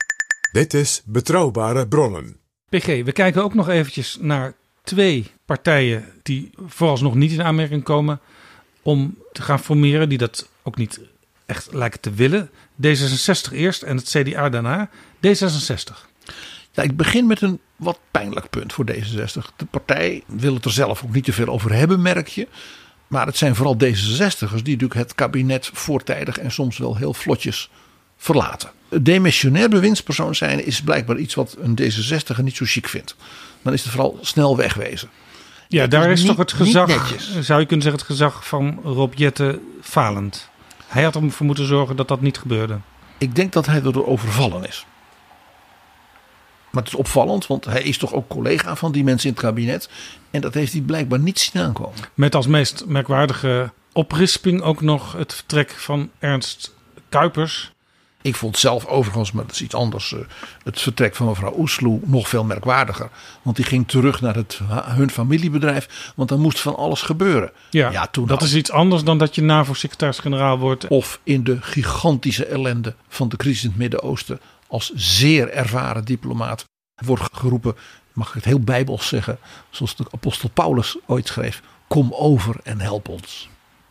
Speaker 7: Dit is Betrouwbare Bronnen.
Speaker 8: PG, we kijken ook nog eventjes naar 2 partijen die vooralsnog niet in aanmerking komen om te gaan formeren, die dat ook niet echt lijken te willen. D66 eerst en het CDA daarna. D66.
Speaker 9: Ja, ik begin met een wat pijnlijk punt voor D66. De partij wil het er zelf ook niet te veel over hebben, merk je. Maar het zijn vooral D66'ers die natuurlijk het kabinet voortijdig en soms wel heel vlotjes verlaten. Demissionair bewindspersoon zijn is blijkbaar iets wat een D66'er niet zo chic vindt. Dan is het vooral snel wegwezen.
Speaker 8: Ja, daar is toch het gezag, zou je kunnen zeggen, het gezag van Rob Jetten falend. Hij had ervoor moeten zorgen dat dat niet gebeurde.
Speaker 9: Ik denk dat hij erdoor overvallen is. Maar het is opvallend, want hij is toch ook collega van die mensen in het kabinet. En dat heeft hij blijkbaar niet zien aankomen.
Speaker 8: Met als meest merkwaardige oprisping ook nog het vertrek van Ernst Kuipers.
Speaker 9: Ik vond zelf overigens, maar dat is iets anders, het vertrek van mevrouw Oesloe nog veel merkwaardiger. Want die ging terug naar hun familiebedrijf, want dan moest van alles gebeuren.
Speaker 8: Ja, dat is iets anders dan dat je NAVO-secretaris-generaal wordt.
Speaker 9: Of in de gigantische ellende van de crisis in het Midden-Oosten als zeer ervaren diplomaat wordt geroepen, mag ik het heel bijbels zeggen, zoals de apostel Paulus ooit schreef, kom over en help ons.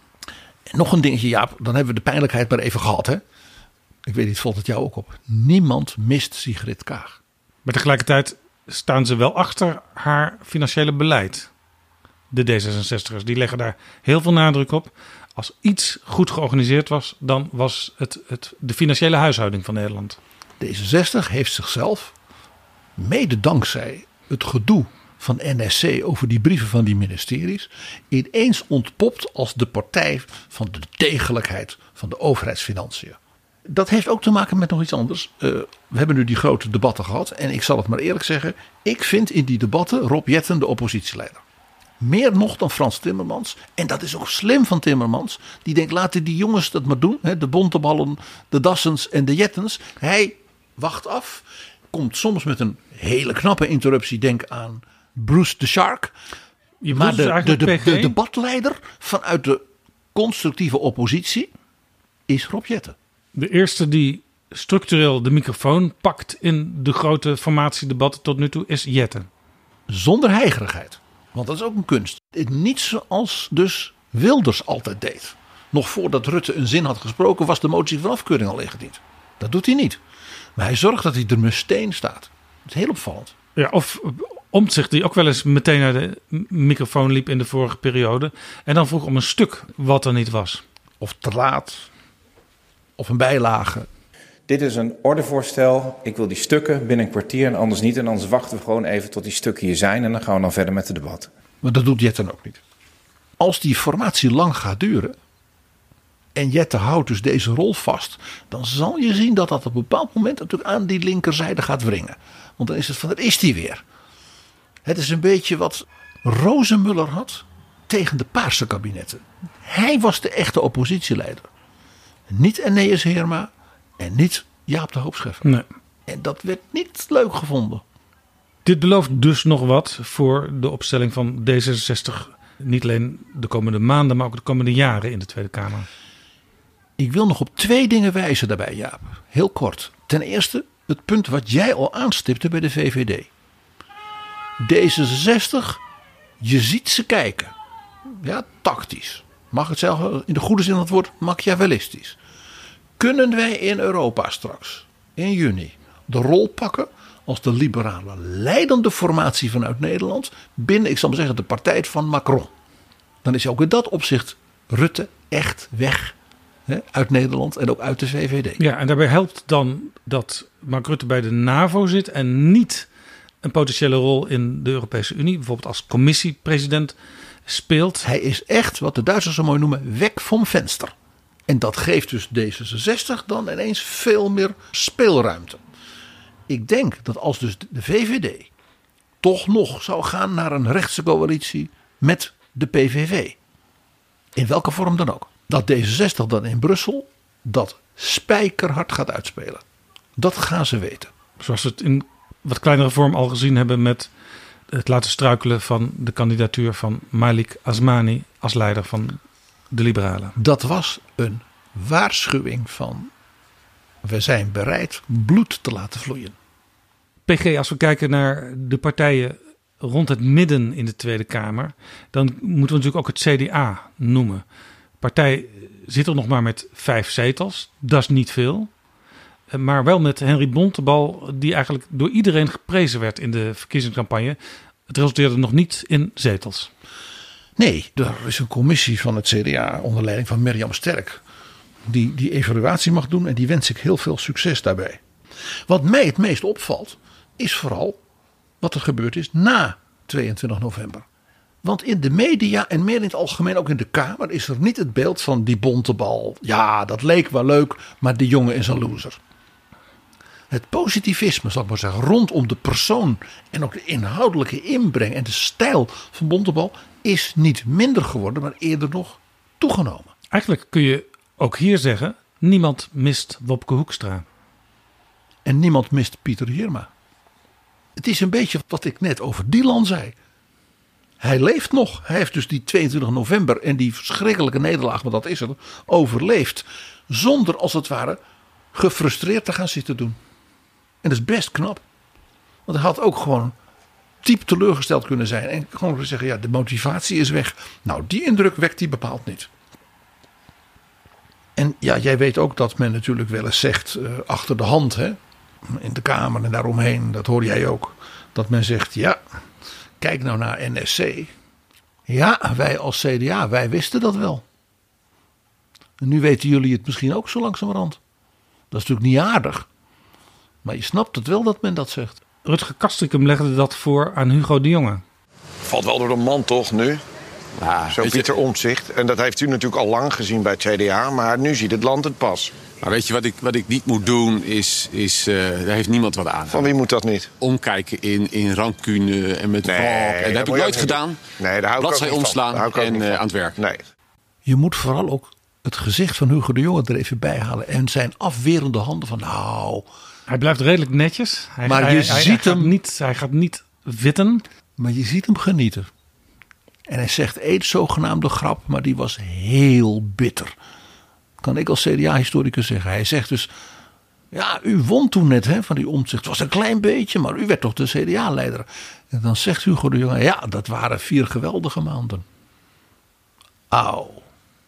Speaker 9: En nog een dingetje, Jaap, dan hebben we de pijnlijkheid maar even gehad, hè. Ik weet niet, valt het jou ook op. Niemand mist Sigrid Kaag.
Speaker 8: Maar tegelijkertijd staan ze wel achter haar financiële beleid. De D66'ers, die leggen daar heel veel nadruk op. Als iets goed georganiseerd was, dan was het de financiële huishouding van Nederland.
Speaker 9: D66 heeft zichzelf, mede dankzij het gedoe van NSC over die brieven van die ministeries, ineens ontpopt als de partij van de degelijkheid van de overheidsfinanciën. Dat heeft ook te maken met nog iets anders. We hebben nu die grote debatten gehad. En ik zal het maar eerlijk zeggen. Ik vind in die debatten Rob Jetten de oppositieleider. Meer nog dan Frans Timmermans. En dat is ook slim van Timmermans. Die denkt, laten die jongens dat maar doen. De bonteballen, de Dassens en de Jettens. Hij wacht af. Komt soms met een hele knappe interruptie. Denk aan Bruce the Shark. Maar de debatleider vanuit de constructieve oppositie is Rob Jetten.
Speaker 8: De eerste die structureel de microfoon pakt in de grote formatiedebatten tot nu toe is Jetten.
Speaker 9: Zonder heigerigheid. Want dat is ook een kunst. Niet zoals dus Wilders altijd deed. Nog voordat Rutte een zin had gesproken was de motie van afkeuring al ingediend. Dat doet hij niet. Maar hij zorgt dat hij er meteen staat. Dat is heel opvallend.
Speaker 8: Ja, of Omtzigt die ook wel eens meteen naar de microfoon liep in de vorige periode. En dan vroeg om een stuk wat er niet was.
Speaker 9: Of te laat. Of een bijlage.
Speaker 21: Dit is een ordevoorstel. Ik wil die stukken binnen een kwartier en anders niet. En anders wachten we gewoon even tot die stukken hier zijn. En dan gaan we dan verder met het debat.
Speaker 9: Maar dat doet Jetten ook niet. Als die formatie lang gaat duren. En Jetten houdt dus deze rol vast. Dan zal je zien dat dat op een bepaald moment natuurlijk aan die linkerzijde gaat wringen. Want dan is het van, dat is die weer. Het is een beetje wat Rozenmuller had tegen de Paarse kabinetten. Hij was de echte oppositieleider. Niet Eneas Heerma en niet Jaap de Hoop Scheffer.
Speaker 8: Nee.
Speaker 9: En dat werd niet leuk gevonden.
Speaker 8: Dit belooft dus nog wat voor de opstelling van D66. Niet alleen de komende maanden, maar ook de komende jaren in de Tweede Kamer.
Speaker 9: Ik wil nog op 2 dingen wijzen daarbij, Jaap. Heel kort. Ten eerste het punt wat jij al aanstipte bij de VVD. D66, je ziet ze kijken. Ja, tactisch. Mag het zeggen, in de goede zin van het woord, machiavellistisch. Kunnen wij in Europa straks, in juni, de rol pakken als de liberale leidende formatie vanuit Nederland binnen, ik zal maar zeggen, de partij van Macron. Dan is ook in dat opzicht Rutte echt weg uit Nederland en ook uit de VVD.
Speaker 8: Ja, en daarbij helpt dan dat Mark Rutte bij de NAVO zit en niet een potentiële rol in de Europese Unie, bijvoorbeeld als commissiepresident speelt.
Speaker 9: Hij is echt, wat de Duitsers zo mooi noemen, weg vom venster. En dat geeft dus D66 dan ineens veel meer speelruimte. Ik denk dat als dus de VVD toch nog zou gaan naar een rechtse coalitie met de PVV, in welke vorm dan ook, dat D66 dan in Brussel dat spijkerhard gaat uitspelen. Dat gaan ze weten.
Speaker 8: Zoals we het in wat kleinere vorm al gezien hebben met het laten struikelen van de kandidatuur van Malik Asmani als leider van de Liberalen.
Speaker 9: Dat was een waarschuwing van we zijn bereid bloed te laten vloeien.
Speaker 8: PG, als we kijken naar de partijen rond het midden in de Tweede Kamer, dan moeten we natuurlijk ook het CDA noemen. De partij zit er nog maar met 5 zetels. Dat is niet veel. Maar wel met Henry Bontebal, die eigenlijk door iedereen geprezen werd in de verkiezingscampagne. Het resulteerde nog niet in zetels.
Speaker 9: Nee, er is een commissie van het CDA onder leiding van Mirjam Sterk die evaluatie mag doen en die wens ik heel veel succes daarbij. Wat mij het meest opvalt is vooral wat er gebeurd is na 22 november. Want in de media en meer in het algemeen ook in de Kamer is er niet het beeld van die Bontebal. Ja, dat leek wel leuk, maar die jongen is een loser. Het positivisme, zal ik maar zeggen, rondom de persoon en ook de inhoudelijke inbreng en de stijl van Bontebal is niet minder geworden, maar eerder nog toegenomen.
Speaker 8: Eigenlijk kun je ook hier zeggen, niemand mist Wopke Hoekstra.
Speaker 9: En niemand mist Pieter Jierma. Het is een beetje wat ik net over Dylan zei. Hij leeft nog. Hij heeft dus die 22 november en die verschrikkelijke nederlaag, want dat is er, overleefd. Zonder als het ware gefrustreerd te gaan zitten doen. En dat is best knap. Want hij had ook gewoon diep teleurgesteld kunnen zijn. En gewoon zeggen, ja, de motivatie is weg. Nou, die indruk wekt hij bepaald niet. En ja, jij weet ook dat men natuurlijk wel eens zegt achter de hand, hè, in de Kamer en daaromheen, dat hoor jij ook, dat men zegt, ja, kijk nou naar NSC. Ja, wij als CDA, wij wisten dat wel. En nu weten jullie het misschien ook zo langzamerhand. Dat is natuurlijk niet aardig. Maar je snapt het wel dat men dat zegt.
Speaker 8: Rutger Kastrikum legde dat voor aan Hugo de Jonge.
Speaker 6: Valt wel door de man toch nu? Ja, zo Pieter Omtzigt. En dat heeft u natuurlijk al lang gezien bij het CDA. Maar nu ziet het land het pas.
Speaker 5: Maar weet je, wat ik niet moet doen is daar heeft niemand wat aan.
Speaker 6: Van wie moet dat niet?
Speaker 5: Omkijken in rancune en met wrok. En dat heb ik nooit gedaan.
Speaker 6: Nee, daar hou ik ook
Speaker 5: bladzij omslaan en aan het werk.
Speaker 6: Nee.
Speaker 9: Je moet vooral ook het gezicht van Hugo de Jonge er even bij halen. En zijn afwerende handen van nou.
Speaker 8: Hij blijft redelijk netjes.
Speaker 9: Hij
Speaker 8: gaat niet witten.
Speaker 9: Maar je ziet hem genieten. En hij zegt één zogenaamde grap, maar die was heel bitter. Kan ik als CDA-historicus zeggen. Hij zegt dus, ja, u won toen net hè, van die Omtzigt. Het was een klein beetje, maar u werd toch de CDA-leider. En dan zegt Hugo de Jonge, ja, dat waren 4 geweldige maanden. Auw.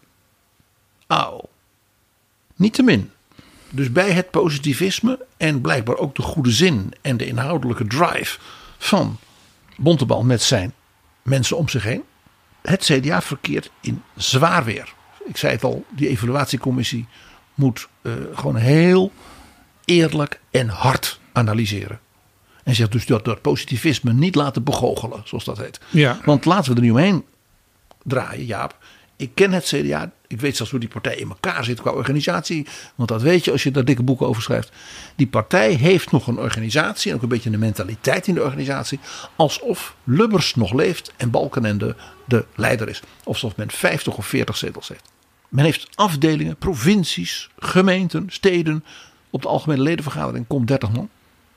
Speaker 9: Niettemin. Dus bij het positivisme en blijkbaar ook de goede zin en de inhoudelijke drive van Bontebal met zijn mensen om zich heen. Het CDA verkeert in zwaar weer. Ik zei het al, die evaluatiecommissie moet gewoon heel eerlijk en hard analyseren. En zegt dus dat positivisme niet laten begoochelen, zoals dat heet.
Speaker 8: Ja.
Speaker 9: Want laten we er niet omheen draaien, Jaap. Ik ken het CDA. Ik weet zelfs hoe die partij in elkaar zit qua organisatie. Want dat weet je als je daar dikke boeken over schrijft. Die partij heeft nog een organisatie. En ook een beetje een mentaliteit in de organisatie. Alsof Lubbers nog leeft en Balkenende de leider is. Alsof men 50 of 40 zetels heeft. Men heeft afdelingen, provincies, gemeenten, steden. Op de algemene ledenvergadering komt 30 man.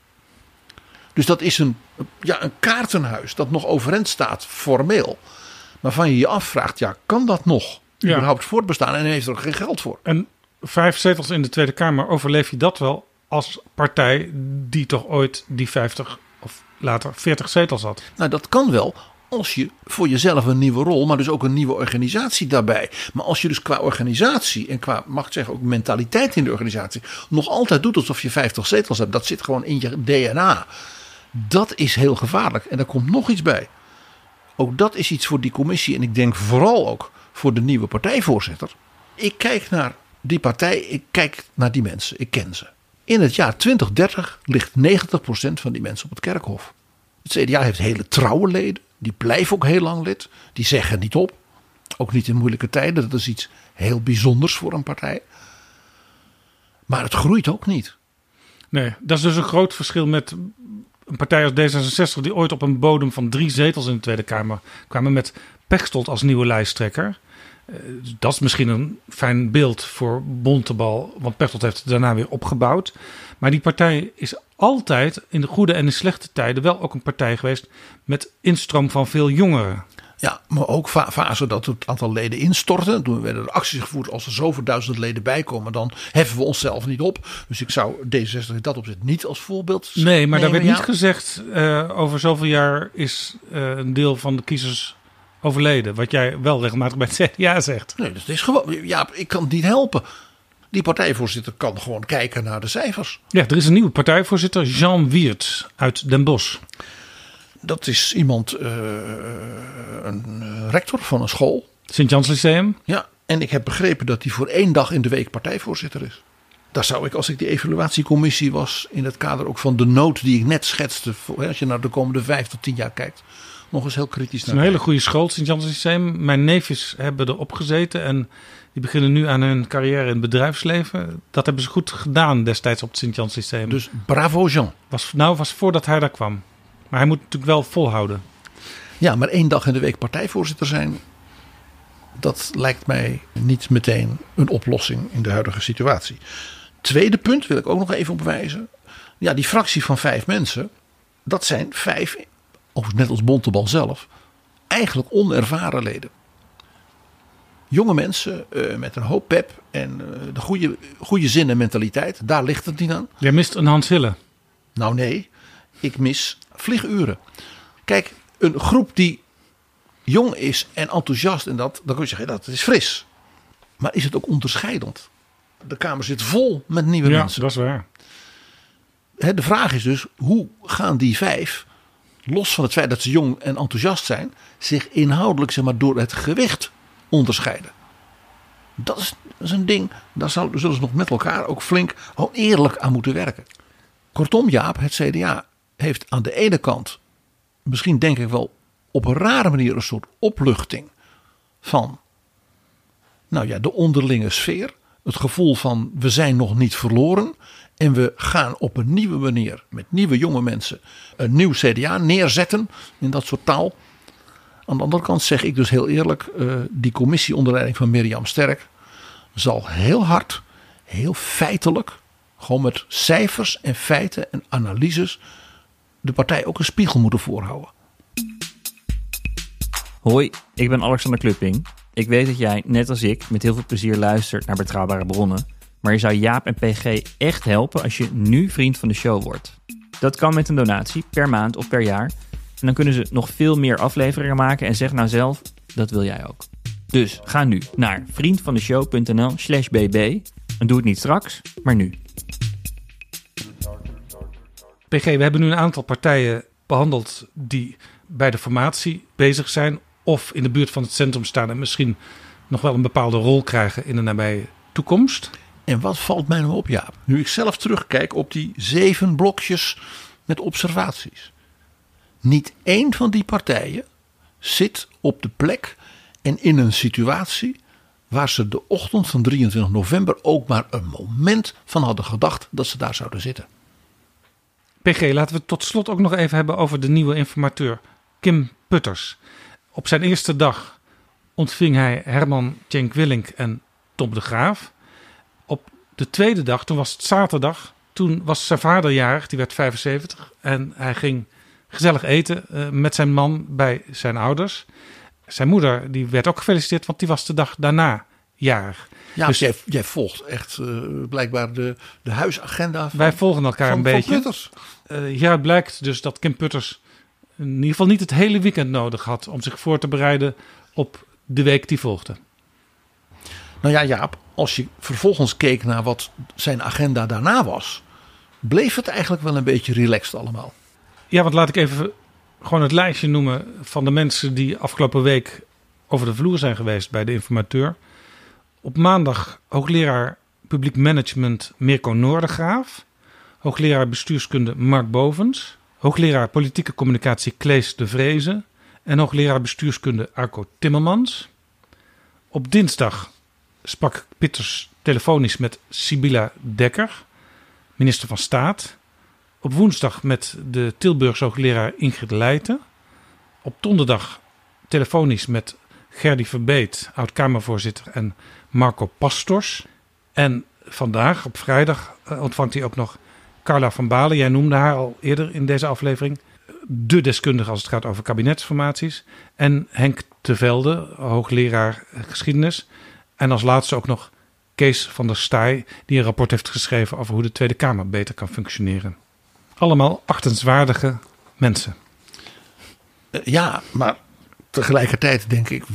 Speaker 9: Dus dat is een kaartenhuis dat nog overeind staat formeel. Waarvan je je afvraagt, kan dat nog überhaupt voortbestaan? En heeft er ook geen geld voor.
Speaker 8: En 5 zetels in de Tweede Kamer, overleef je dat wel als partij die toch ooit die 50 of later 40 zetels had?
Speaker 9: Nou, dat kan wel als je voor jezelf een nieuwe rol, maar dus ook een nieuwe organisatie daarbij. Maar als je dus qua organisatie en qua, mag ik zeggen, ook mentaliteit in de organisatie nog altijd doet alsof je 50 zetels hebt. Dat zit gewoon in je DNA. Dat is heel gevaarlijk. En daar komt nog iets bij. Ook dat is iets voor die commissie. En ik denk vooral ook voor de nieuwe partijvoorzitter. Ik kijk naar die partij. Ik kijk naar die mensen. Ik ken ze. In het jaar 2030 ligt 90% van die mensen op het kerkhof. Het CDA heeft hele trouwe leden. Die blijven ook heel lang lid. Die zeggen niet op. Ook niet in moeilijke tijden. Dat is iets heel bijzonders voor een partij. Maar het groeit ook niet.
Speaker 8: Nee, dat is dus een groot verschil met een partij als D66... die ooit op een bodem van 3 zetels in de Tweede Kamer kwamen met Pechtold als nieuwe lijsttrekker. Dat is misschien een fijn beeld voor Bontebal, want Pechtold heeft het daarna weer opgebouwd. Maar die partij is altijd in de goede en de slechte tijden wel ook een partij geweest met instroom van veel jongeren.
Speaker 9: Ja, maar ook fase dat het aantal leden instortte. Toen werden er acties gevoerd als er zoveel 1000 leden bijkomen, dan heffen we onszelf niet op. Dus ik zou D66 in dat opzet niet als voorbeeld
Speaker 8: Nee, maar daar werd niet gezegd over zoveel jaar is een deel van de kiezers overleden. Wat jij wel regelmatig bij het CDA zegt.
Speaker 9: Nee, dat is gewoon. Ja, ik kan het niet helpen. Die partijvoorzitter kan gewoon kijken naar de cijfers.
Speaker 8: Ja, er is een nieuwe partijvoorzitter, Jean Wiert uit Den Bosch.
Speaker 9: Dat is iemand, een rector van een school.
Speaker 8: Sint-Jans Lyceum.
Speaker 9: Ja, en ik heb begrepen dat hij voor 1 dag in de week partijvoorzitter is. Daar zou ik, als ik die evaluatiecommissie was, in het kader ook van de nood die ik net schetste, als je naar de komende 5 tot 10 jaar kijkt, nog eens heel kritisch naar.
Speaker 8: Het is een hele goede school, Sint-Jans Lyceum. Mijn neefjes hebben erop gezeten en die beginnen nu aan hun carrière in het bedrijfsleven. Dat hebben ze goed gedaan destijds op het Sint-Jans Lyceum.
Speaker 9: Dus bravo Jean.
Speaker 8: Was voordat hij daar kwam. Maar hij moet natuurlijk wel volhouden.
Speaker 9: Ja, maar 1 dag in de week partijvoorzitter zijn, dat lijkt mij niet meteen een oplossing in de huidige situatie. Tweede punt wil ik ook nog even op wijzen. Ja, die fractie van 5 mensen, dat zijn 5, of net als Bontebal zelf, eigenlijk onervaren leden. Jonge mensen met een hoop pep en de goede zin en mentaliteit, daar ligt het niet aan.
Speaker 8: Jij mist een Hans Hille.
Speaker 9: Nou nee, ik mis vlieguren. Kijk, een groep die jong is en enthousiast en dan kun je zeggen dat is fris. Maar is het ook onderscheidend? De Kamer zit vol met nieuwe mensen.
Speaker 8: Ja, dat is waar.
Speaker 9: De vraag is dus, hoe gaan die 5, los van het feit dat ze jong en enthousiast zijn, zich inhoudelijk, zeg maar, door het gewicht onderscheiden? Dat is een ding, daar zullen ze nog met elkaar ook flink eerlijk aan moeten werken. Kortom, Jaap, het CDA heeft aan de ene kant, misschien denk ik wel op een rare manier, een soort opluchting van de onderlinge sfeer. Het gevoel van we zijn nog niet verloren en we gaan op een nieuwe manier met nieuwe jonge mensen een nieuw CDA neerzetten in dat soort taal. Aan de andere kant zeg ik dus heel eerlijk, die commissie onder leiding van Mirjam Sterk zal heel hard, heel feitelijk, gewoon met cijfers en feiten en analyses de partij ook een spiegel moeten voorhouden.
Speaker 2: Hoi, ik ben Alexander Klupping. Ik weet dat jij, net als ik, met heel veel plezier luistert naar Betrouwbare Bronnen. Maar je zou Jaap en PG echt helpen als je nu vriend van de show wordt. Dat kan met een donatie, per maand of per jaar. En dan kunnen ze nog veel meer afleveringen maken en zeg nou zelf, dat wil jij ook. Dus ga nu naar vriendvandeshow.nl/bb en doe het niet straks, maar nu.
Speaker 8: PG, we hebben nu een aantal partijen behandeld die bij de formatie bezig zijn of in de buurt van het centrum staan en misschien nog wel een bepaalde rol krijgen in de nabije toekomst.
Speaker 9: En wat valt mij nou op, Jaap? Nu ik zelf terugkijk op die 7 blokjes met observaties. Niet één van die partijen zit op de plek en in een situatie waar ze de ochtend van 23 november ook maar een moment van hadden gedacht dat ze daar zouden zitten.
Speaker 8: PG, laten we het tot slot ook nog even hebben over de nieuwe informateur Kim Putters. Op zijn eerste dag ontving hij Herman Tjenk Willink en Tom de Graaf. Op de tweede dag, toen was het zaterdag. Toen was zijn vader jarig, die werd 75. En hij ging gezellig eten met zijn man bij zijn ouders. Zijn moeder die werd ook gefeliciteerd, want die was de dag daarna jarig.
Speaker 9: Ja, dus jij volgt echt blijkbaar de huisagenda van,
Speaker 8: wij volgen elkaar een beetje.
Speaker 9: Van Putters.
Speaker 8: Hieruit blijkt dus dat Kim Putters in ieder geval niet het hele weekend nodig had om zich voor te bereiden op de week die volgde.
Speaker 9: Nou ja, Jaap, als je vervolgens keek naar wat zijn agenda daarna was, bleef het eigenlijk wel een beetje relaxed allemaal.
Speaker 8: Ja, want laat ik even gewoon het lijstje noemen van de mensen die afgelopen week over de vloer zijn geweest bij de informateur. Op maandag hoogleraar publiek management Mirko Noordegraaf. Hoogleraar bestuurskunde Mark Bovens. Hoogleraar politieke communicatie Klees de Vreese. En hoogleraar bestuurskunde Arco Timmermans. Op dinsdag sprak Pitters telefonisch met Sibylla Dekker, minister van Staat. Op woensdag met de Tilburgse hoogleraar Ingrid Leijten. Op donderdag telefonisch met Gerdy Verbeet, oud-Kamervoorzitter, en Marco Pastors. En vandaag, op vrijdag, ontvangt hij ook nog Carla van Balen. Jij noemde haar al eerder in deze aflevering. De deskundige als het gaat over kabinetsformaties. En Henk te Velde, hoogleraar geschiedenis. En als laatste ook nog Kees van der Staaij, die een rapport heeft geschreven over hoe de Tweede Kamer beter kan functioneren. Allemaal achtenswaardige mensen.
Speaker 9: Ja, maar tegelijkertijd denk ik,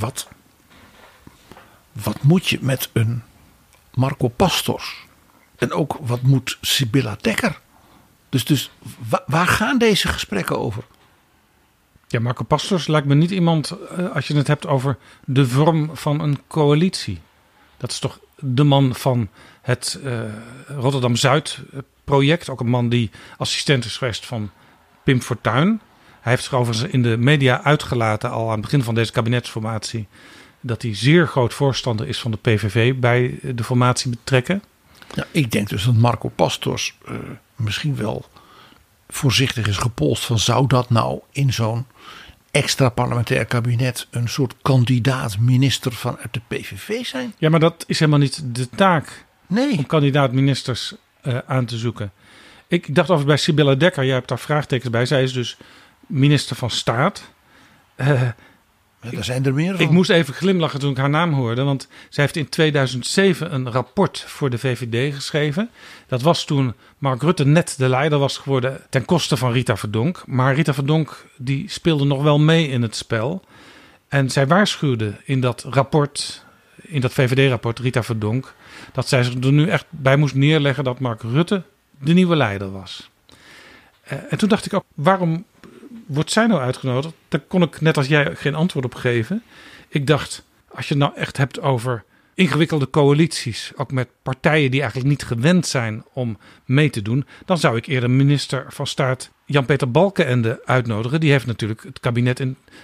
Speaker 9: wat moet je met een Marco Pastors? En ook wat moet Sibylla Dekker? Dus waar gaan deze gesprekken over?
Speaker 8: Ja, Marco Pastors lijkt me niet iemand, als je het hebt over de vorm van een coalitie. Dat is toch de man van het Rotterdam-Zuid-project. Ook een man die assistent is geweest van Pim Fortuyn. Hij heeft zich overigens in de media uitgelaten al aan het begin van deze kabinetsformatie dat hij zeer groot voorstander is van de PVV bij de formatie betrekken.
Speaker 9: Ja, ik denk dus dat Marco Pastors misschien wel voorzichtig is gepolst van zou dat nou in zo'n extra parlementair kabinet een soort kandidaat minister vanuit de PVV zijn?
Speaker 8: Ja, maar dat is helemaal niet de taak
Speaker 9: om
Speaker 8: kandidaat ministers aan te zoeken. Ik dacht over bij Sibylla Dekker, jij hebt daar vraagtekens bij. Zij is dus minister van Staat.
Speaker 9: Daar zijn er meer van.
Speaker 8: Ik moest even glimlachen toen ik haar naam hoorde. Want zij heeft in 2007 een rapport voor de VVD geschreven. Dat was toen Mark Rutte net de leider was geworden ten koste van Rita Verdonk. Maar Rita Verdonk die speelde nog wel mee in het spel. En zij waarschuwde in dat rapport, in dat VVD-rapport, Rita Verdonk, dat zij zich er nu echt bij moest neerleggen dat Mark Rutte de nieuwe leider was. En toen dacht ik ook, waarom wordt zij nou uitgenodigd? Daar kon ik net als jij geen antwoord op geven. Ik dacht, als je het nou echt hebt over ingewikkelde coalities, ook met partijen die eigenlijk niet gewend zijn om mee te doen, dan zou ik eerder minister van Staat Jan-Peter Balkenende uitnodigen. Die heeft natuurlijk het kabinet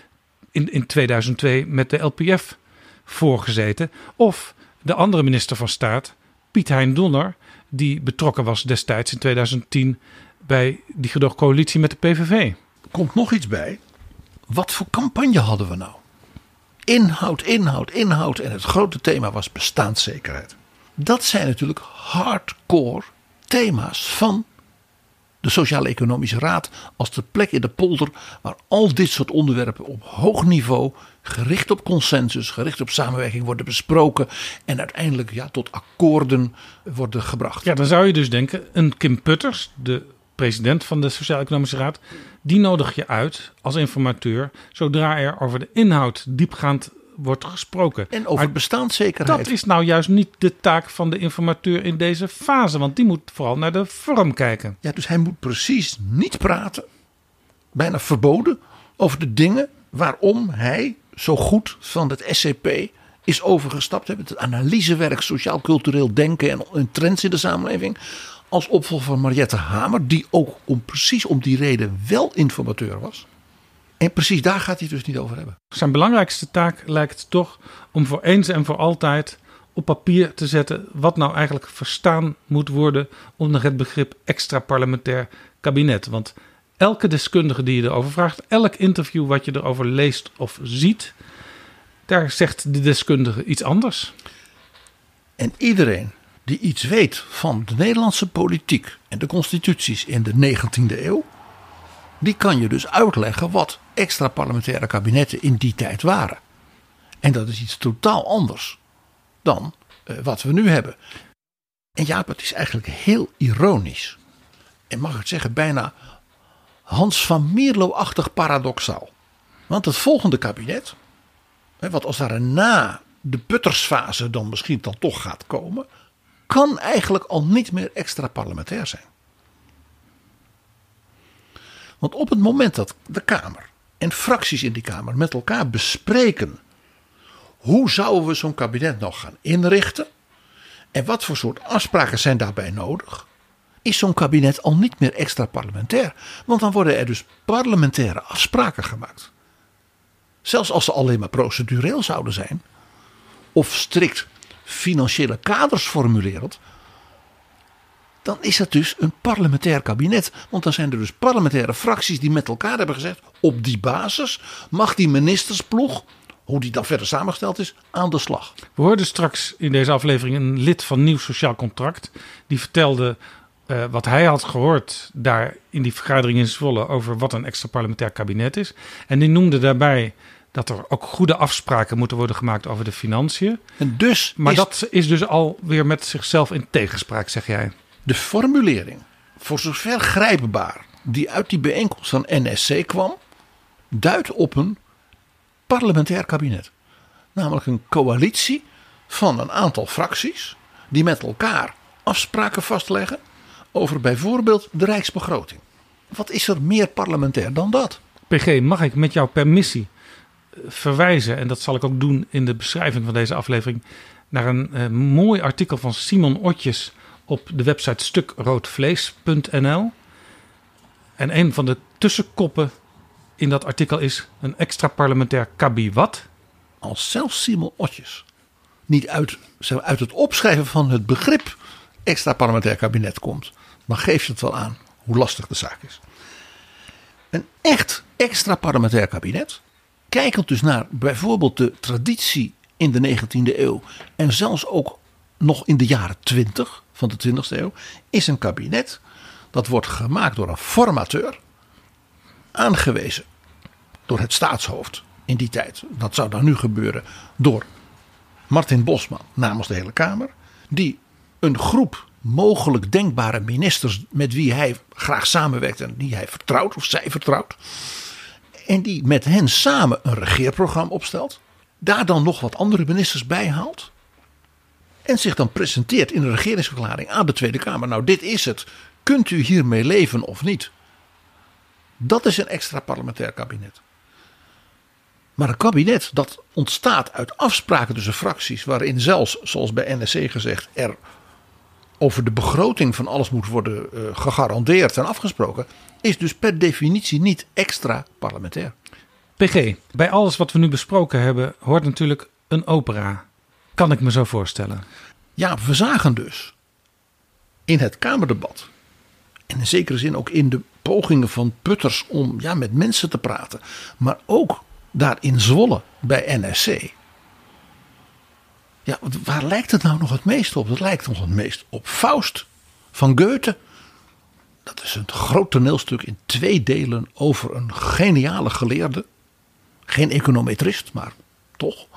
Speaker 8: in 2002 met de LPF voorgezeten. Of de andere minister van Staat, Piet Hein Donner, die betrokken was destijds in 2010 bij die gedoogcoalitie met de PVV.
Speaker 9: Komt nog iets bij. Wat voor campagne hadden we nou? Inhoud, inhoud, inhoud. En het grote thema was bestaanszekerheid. Dat zijn natuurlijk hardcore thema's van de Sociaal-Economische Raad als de plek in de polder waar al dit soort onderwerpen op hoog niveau, gericht op consensus, gericht op samenwerking worden besproken en uiteindelijk tot akkoorden worden gebracht.
Speaker 8: Ja, dan zou je dus denken, een Kim Putters, de president van de Sociaal-Economische Raad, die nodig je uit als informateur zodra er over de inhoud diepgaand wordt gesproken.
Speaker 9: En over bestaanszekerheid.
Speaker 8: Dat is nou juist niet de taak van de informateur in deze fase, want die moet vooral naar de vorm kijken.
Speaker 9: Ja, dus hij moet precies niet praten, bijna verboden, over de dingen waarom hij zo goed van het SCP is overgestapt. Het analysewerk, sociaal-cultureel denken en trends in de samenleving. Als opvolger van Mariette Hamer, die ook precies om die reden wel informateur was. En precies daar gaat hij het dus niet over hebben.
Speaker 8: Zijn belangrijkste taak lijkt toch om voor eens en voor altijd op papier te zetten wat nou eigenlijk verstaan moet worden onder het begrip extra parlementair kabinet. Want elke deskundige die je erover vraagt, elk interview wat je erover leest of ziet, daar zegt de deskundige iets anders.
Speaker 9: En iedereen die iets weet van de Nederlandse politiek en de constituties in de 19e eeuw, die kan je dus uitleggen wat extra parlementaire kabinetten in die tijd waren. En dat is iets totaal anders dan wat we nu hebben. En Jaap, het is eigenlijk heel ironisch. En mag ik het zeggen, bijna Hans van Mierlo-achtig paradoxaal. Want het volgende kabinet, wat als daar na de puttersfase dan misschien dan toch gaat komen, kan eigenlijk al niet meer extra parlementair zijn. Want op het moment dat de Kamer en fracties in die Kamer met elkaar bespreken hoe zouden we zo'n kabinet nog gaan inrichten en wat voor soort afspraken zijn daarbij nodig, is zo'n kabinet al niet meer extra parlementair. Want dan worden er dus parlementaire afspraken gemaakt. Zelfs als ze alleen maar procedureel zouden zijn, of strikt financiële kaders formulerend, dan is het dus een parlementair kabinet. Want dan zijn er dus parlementaire fracties die met elkaar hebben gezegd, op die basis mag die ministersploeg, hoe die dan verder samengesteld is, aan de slag.
Speaker 8: We hoorden straks in deze aflevering een lid van Nieuw Sociaal Contract. Die vertelde wat hij had gehoord daar in die vergadering in Zwolle over wat een extra parlementair kabinet is. En die noemde daarbij dat er ook goede afspraken moeten worden gemaakt over de financiën.
Speaker 9: En dus
Speaker 8: maar dat is dus alweer met zichzelf in tegenspraak, zeg jij.
Speaker 9: De formulering, voor zover grijpbaar, die uit die bijeenkomst van NSC kwam, duidt op een parlementair kabinet. Namelijk een coalitie van een aantal fracties die met elkaar afspraken vastleggen over bijvoorbeeld de rijksbegroting. Wat is er meer parlementair dan dat?
Speaker 8: PG, mag ik met jouw permissie verwijzen, en dat zal ik ook doen in de beschrijving van deze aflevering, naar een mooi artikel van Simon Otjes op de website stukroodvlees.nl. En een van de tussenkoppen in dat artikel is een extra parlementair kabiwat.
Speaker 9: Als zelfs Simon Otjes niet uit het opschrijven van het begrip extra parlementair kabinet komt, dan geeft het wel aan hoe lastig de zaak is. Een echt extra parlementair kabinet, kijkend dus naar bijvoorbeeld de traditie in de 19e eeuw en zelfs ook nog in de jaren 20 van de 20e eeuw, is een kabinet dat wordt gemaakt door een formateur, aangewezen door het staatshoofd in die tijd. Dat zou dan nu gebeuren door Martin Bosman namens de hele Kamer, die een groep mogelijk denkbare ministers met wie hij graag samenwerkt en die hij vertrouwt of zij vertrouwt, en die met hen samen een regeerprogramma opstelt, daar dan nog wat andere ministers bij haalt en zich dan presenteert in een regeringsverklaring aan de Tweede Kamer. Nou, dit is het. Kunt u hiermee leven of niet? Dat is een extra parlementair kabinet. Maar een kabinet dat ontstaat uit afspraken tussen fracties, waarin zelfs, zoals bij NSC gezegd, er over de begroting van alles moet worden gegarandeerd en afgesproken, is dus per definitie niet extra parlementair.
Speaker 8: PG, bij alles wat we nu besproken hebben, hoort natuurlijk een opera. Kan ik me zo voorstellen.
Speaker 9: Ja, we zagen dus in het Kamerdebat, en in zekere zin ook in de pogingen van Putters om met mensen te praten, maar ook daar in Zwolle bij NSC. Ja, waar lijkt het nou nog het meest op? Het lijkt nog het meest op Faust van Goethe. Dat is een groot toneelstuk in 2 delen over een geniale geleerde. Geen econometrist, maar toch.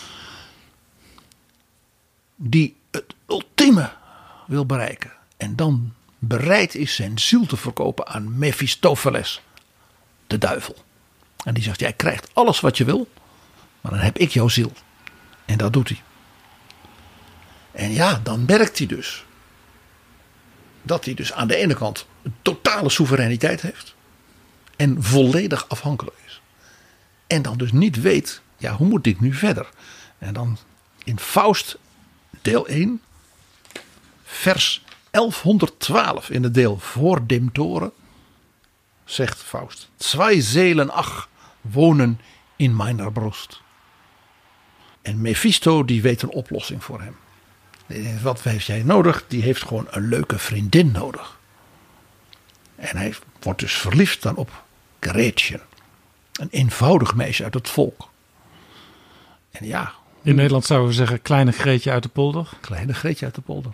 Speaker 9: Die het ultieme wil bereiken. En dan bereid is zijn ziel te verkopen aan Mephistopheles, de duivel. En die zegt, jij krijgt alles wat je wil, maar dan heb ik jouw ziel. En dat doet hij. En ja, dan merkt hij dus dat hij dus aan de ene kant een totale soevereiniteit heeft en volledig afhankelijk is. En dan dus niet weet, hoe moet ik nu verder? En dan in Faust deel 1, vers 1112 in het deel voor dem Toren, zegt Faust: 2 Seelen ach wonen in meiner Brust. En Mephisto die weet een oplossing voor hem. Wat heeft jij nodig? Die heeft gewoon een leuke vriendin nodig. En hij wordt dus verliefd dan op Gretchen. Een eenvoudig meisje uit het volk. En
Speaker 8: in Nederland zouden we zeggen kleine Greetje uit de polder.
Speaker 9: Kleine Greetje uit de polder.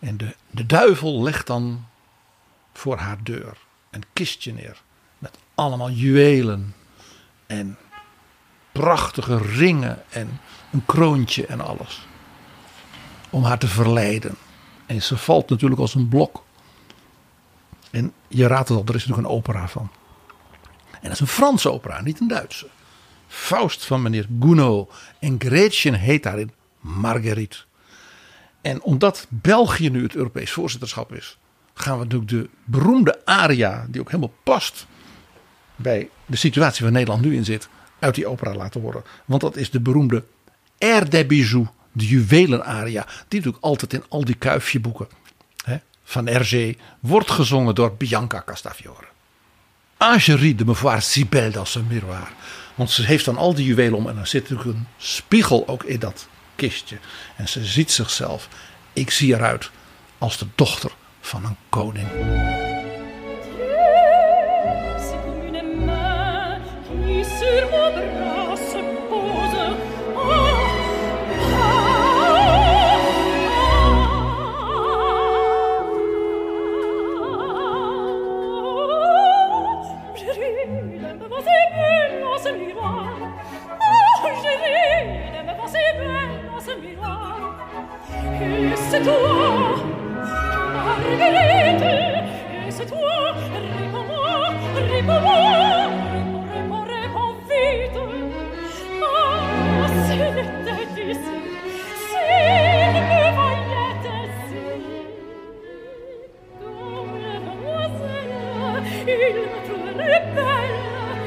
Speaker 9: En de duivel legt dan voor haar deur een kistje neer. Met allemaal juwelen en prachtige ringen en een kroontje en alles. Om haar te verleiden. En ze valt natuurlijk als een blok. En je raadt het al, er is natuurlijk een opera van. En dat is een Franse opera, niet een Duitse. Faust van meneer Gounod. En Gretchen heet daarin Marguerite. En omdat België nu het Europees voorzitterschap is, gaan we natuurlijk de beroemde aria, die ook helemaal past bij de situatie waar Nederland nu in zit, uit die opera laten horen. Want dat is de beroemde Air des Bijoux, de juwelenaria, die natuurlijk altijd in al die kuifjeboeken van Hergé wordt gezongen door Bianca Castafiore. Angerie de me voir si belle dans un miroir. Want ze heeft dan al die juwelen om en dan zit natuurlijk een spiegel ook in dat kistje. En ze ziet zichzelf. Ik zie eruit als de dochter van een koning.
Speaker 4: C'est toi, Marguerite, et c'est toi, réponds-moi, réponds-moi, réponds vite. Ah, s'il était ici, s'il me voyait ainsi, comme la demoiselle, il me trouverait belle.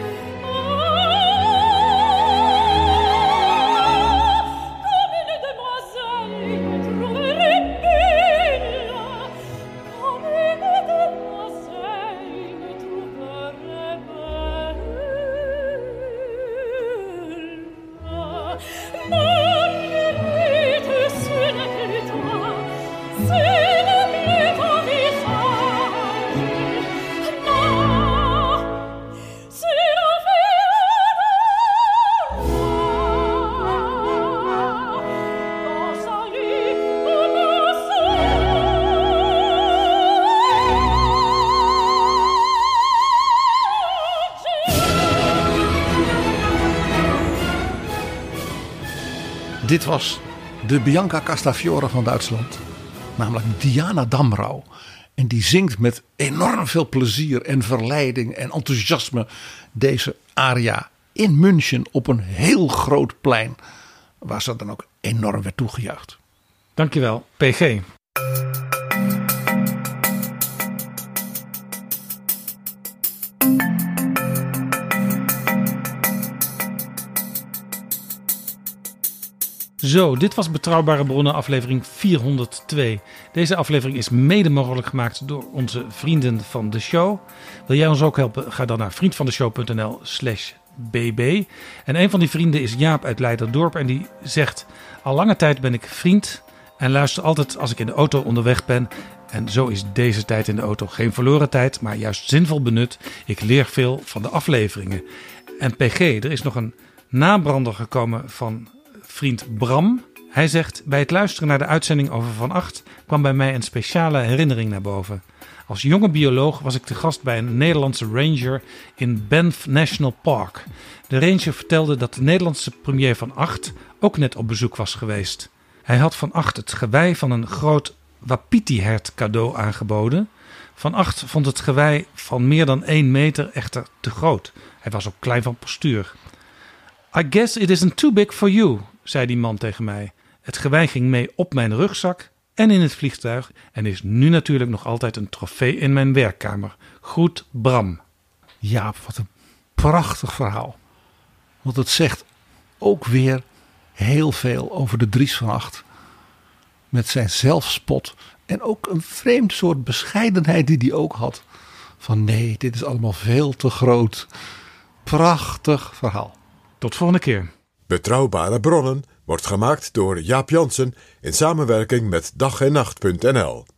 Speaker 9: Dit was de Bianca Castafiore van Duitsland. Namelijk Diana Damrau. En die zingt met enorm veel plezier en verleiding en enthousiasme deze aria in München op een heel groot plein. Waar ze dan ook enorm werd toegejuicht.
Speaker 8: Dankjewel, PG. Zo, dit was Betrouwbare Bronnen aflevering 402. Deze aflevering is mede mogelijk gemaakt door onze vrienden van de show. Wil jij ons ook helpen? Ga dan naar vriendvandeshow.nl/bb. En een van die vrienden is Jaap uit Leiderdorp en die zegt: al lange tijd ben ik vriend en luister altijd als ik in de auto onderweg ben. En zo is deze tijd in de auto geen verloren tijd, maar juist zinvol benut. Ik leer veel van de afleveringen. En PG, er is nog een nabrander gekomen van vriend Bram. Hij zegt: bij het luisteren naar de uitzending over Van Agt kwam bij mij een speciale herinnering naar boven. Als jonge bioloog was ik te gast bij een Nederlandse ranger in Banff National Park. De ranger vertelde dat de Nederlandse premier Van Agt ook net op bezoek was geweest. Hij had Van Agt het gewei van een groot wapiti-hert cadeau aangeboden. Van Agt vond het gewei van meer dan 1 meter echter te groot. Hij was ook klein van postuur. I guess it isn't too big for you, zei die man tegen mij. Het gewei ging mee op mijn rugzak en in het vliegtuig en is nu natuurlijk nog altijd een trofee in mijn werkkamer. Groet Bram.
Speaker 9: Jaap, wat een prachtig verhaal. Want het zegt ook weer heel veel over de Dries van Agt. Met zijn zelfspot en ook een vreemd soort bescheidenheid die hij ook had. Van nee, dit is allemaal veel te groot. Prachtig verhaal.
Speaker 8: Tot volgende keer.
Speaker 7: Betrouwbare Bronnen wordt gemaakt door Jaap Jansen in samenwerking met dag-en-nacht.nl.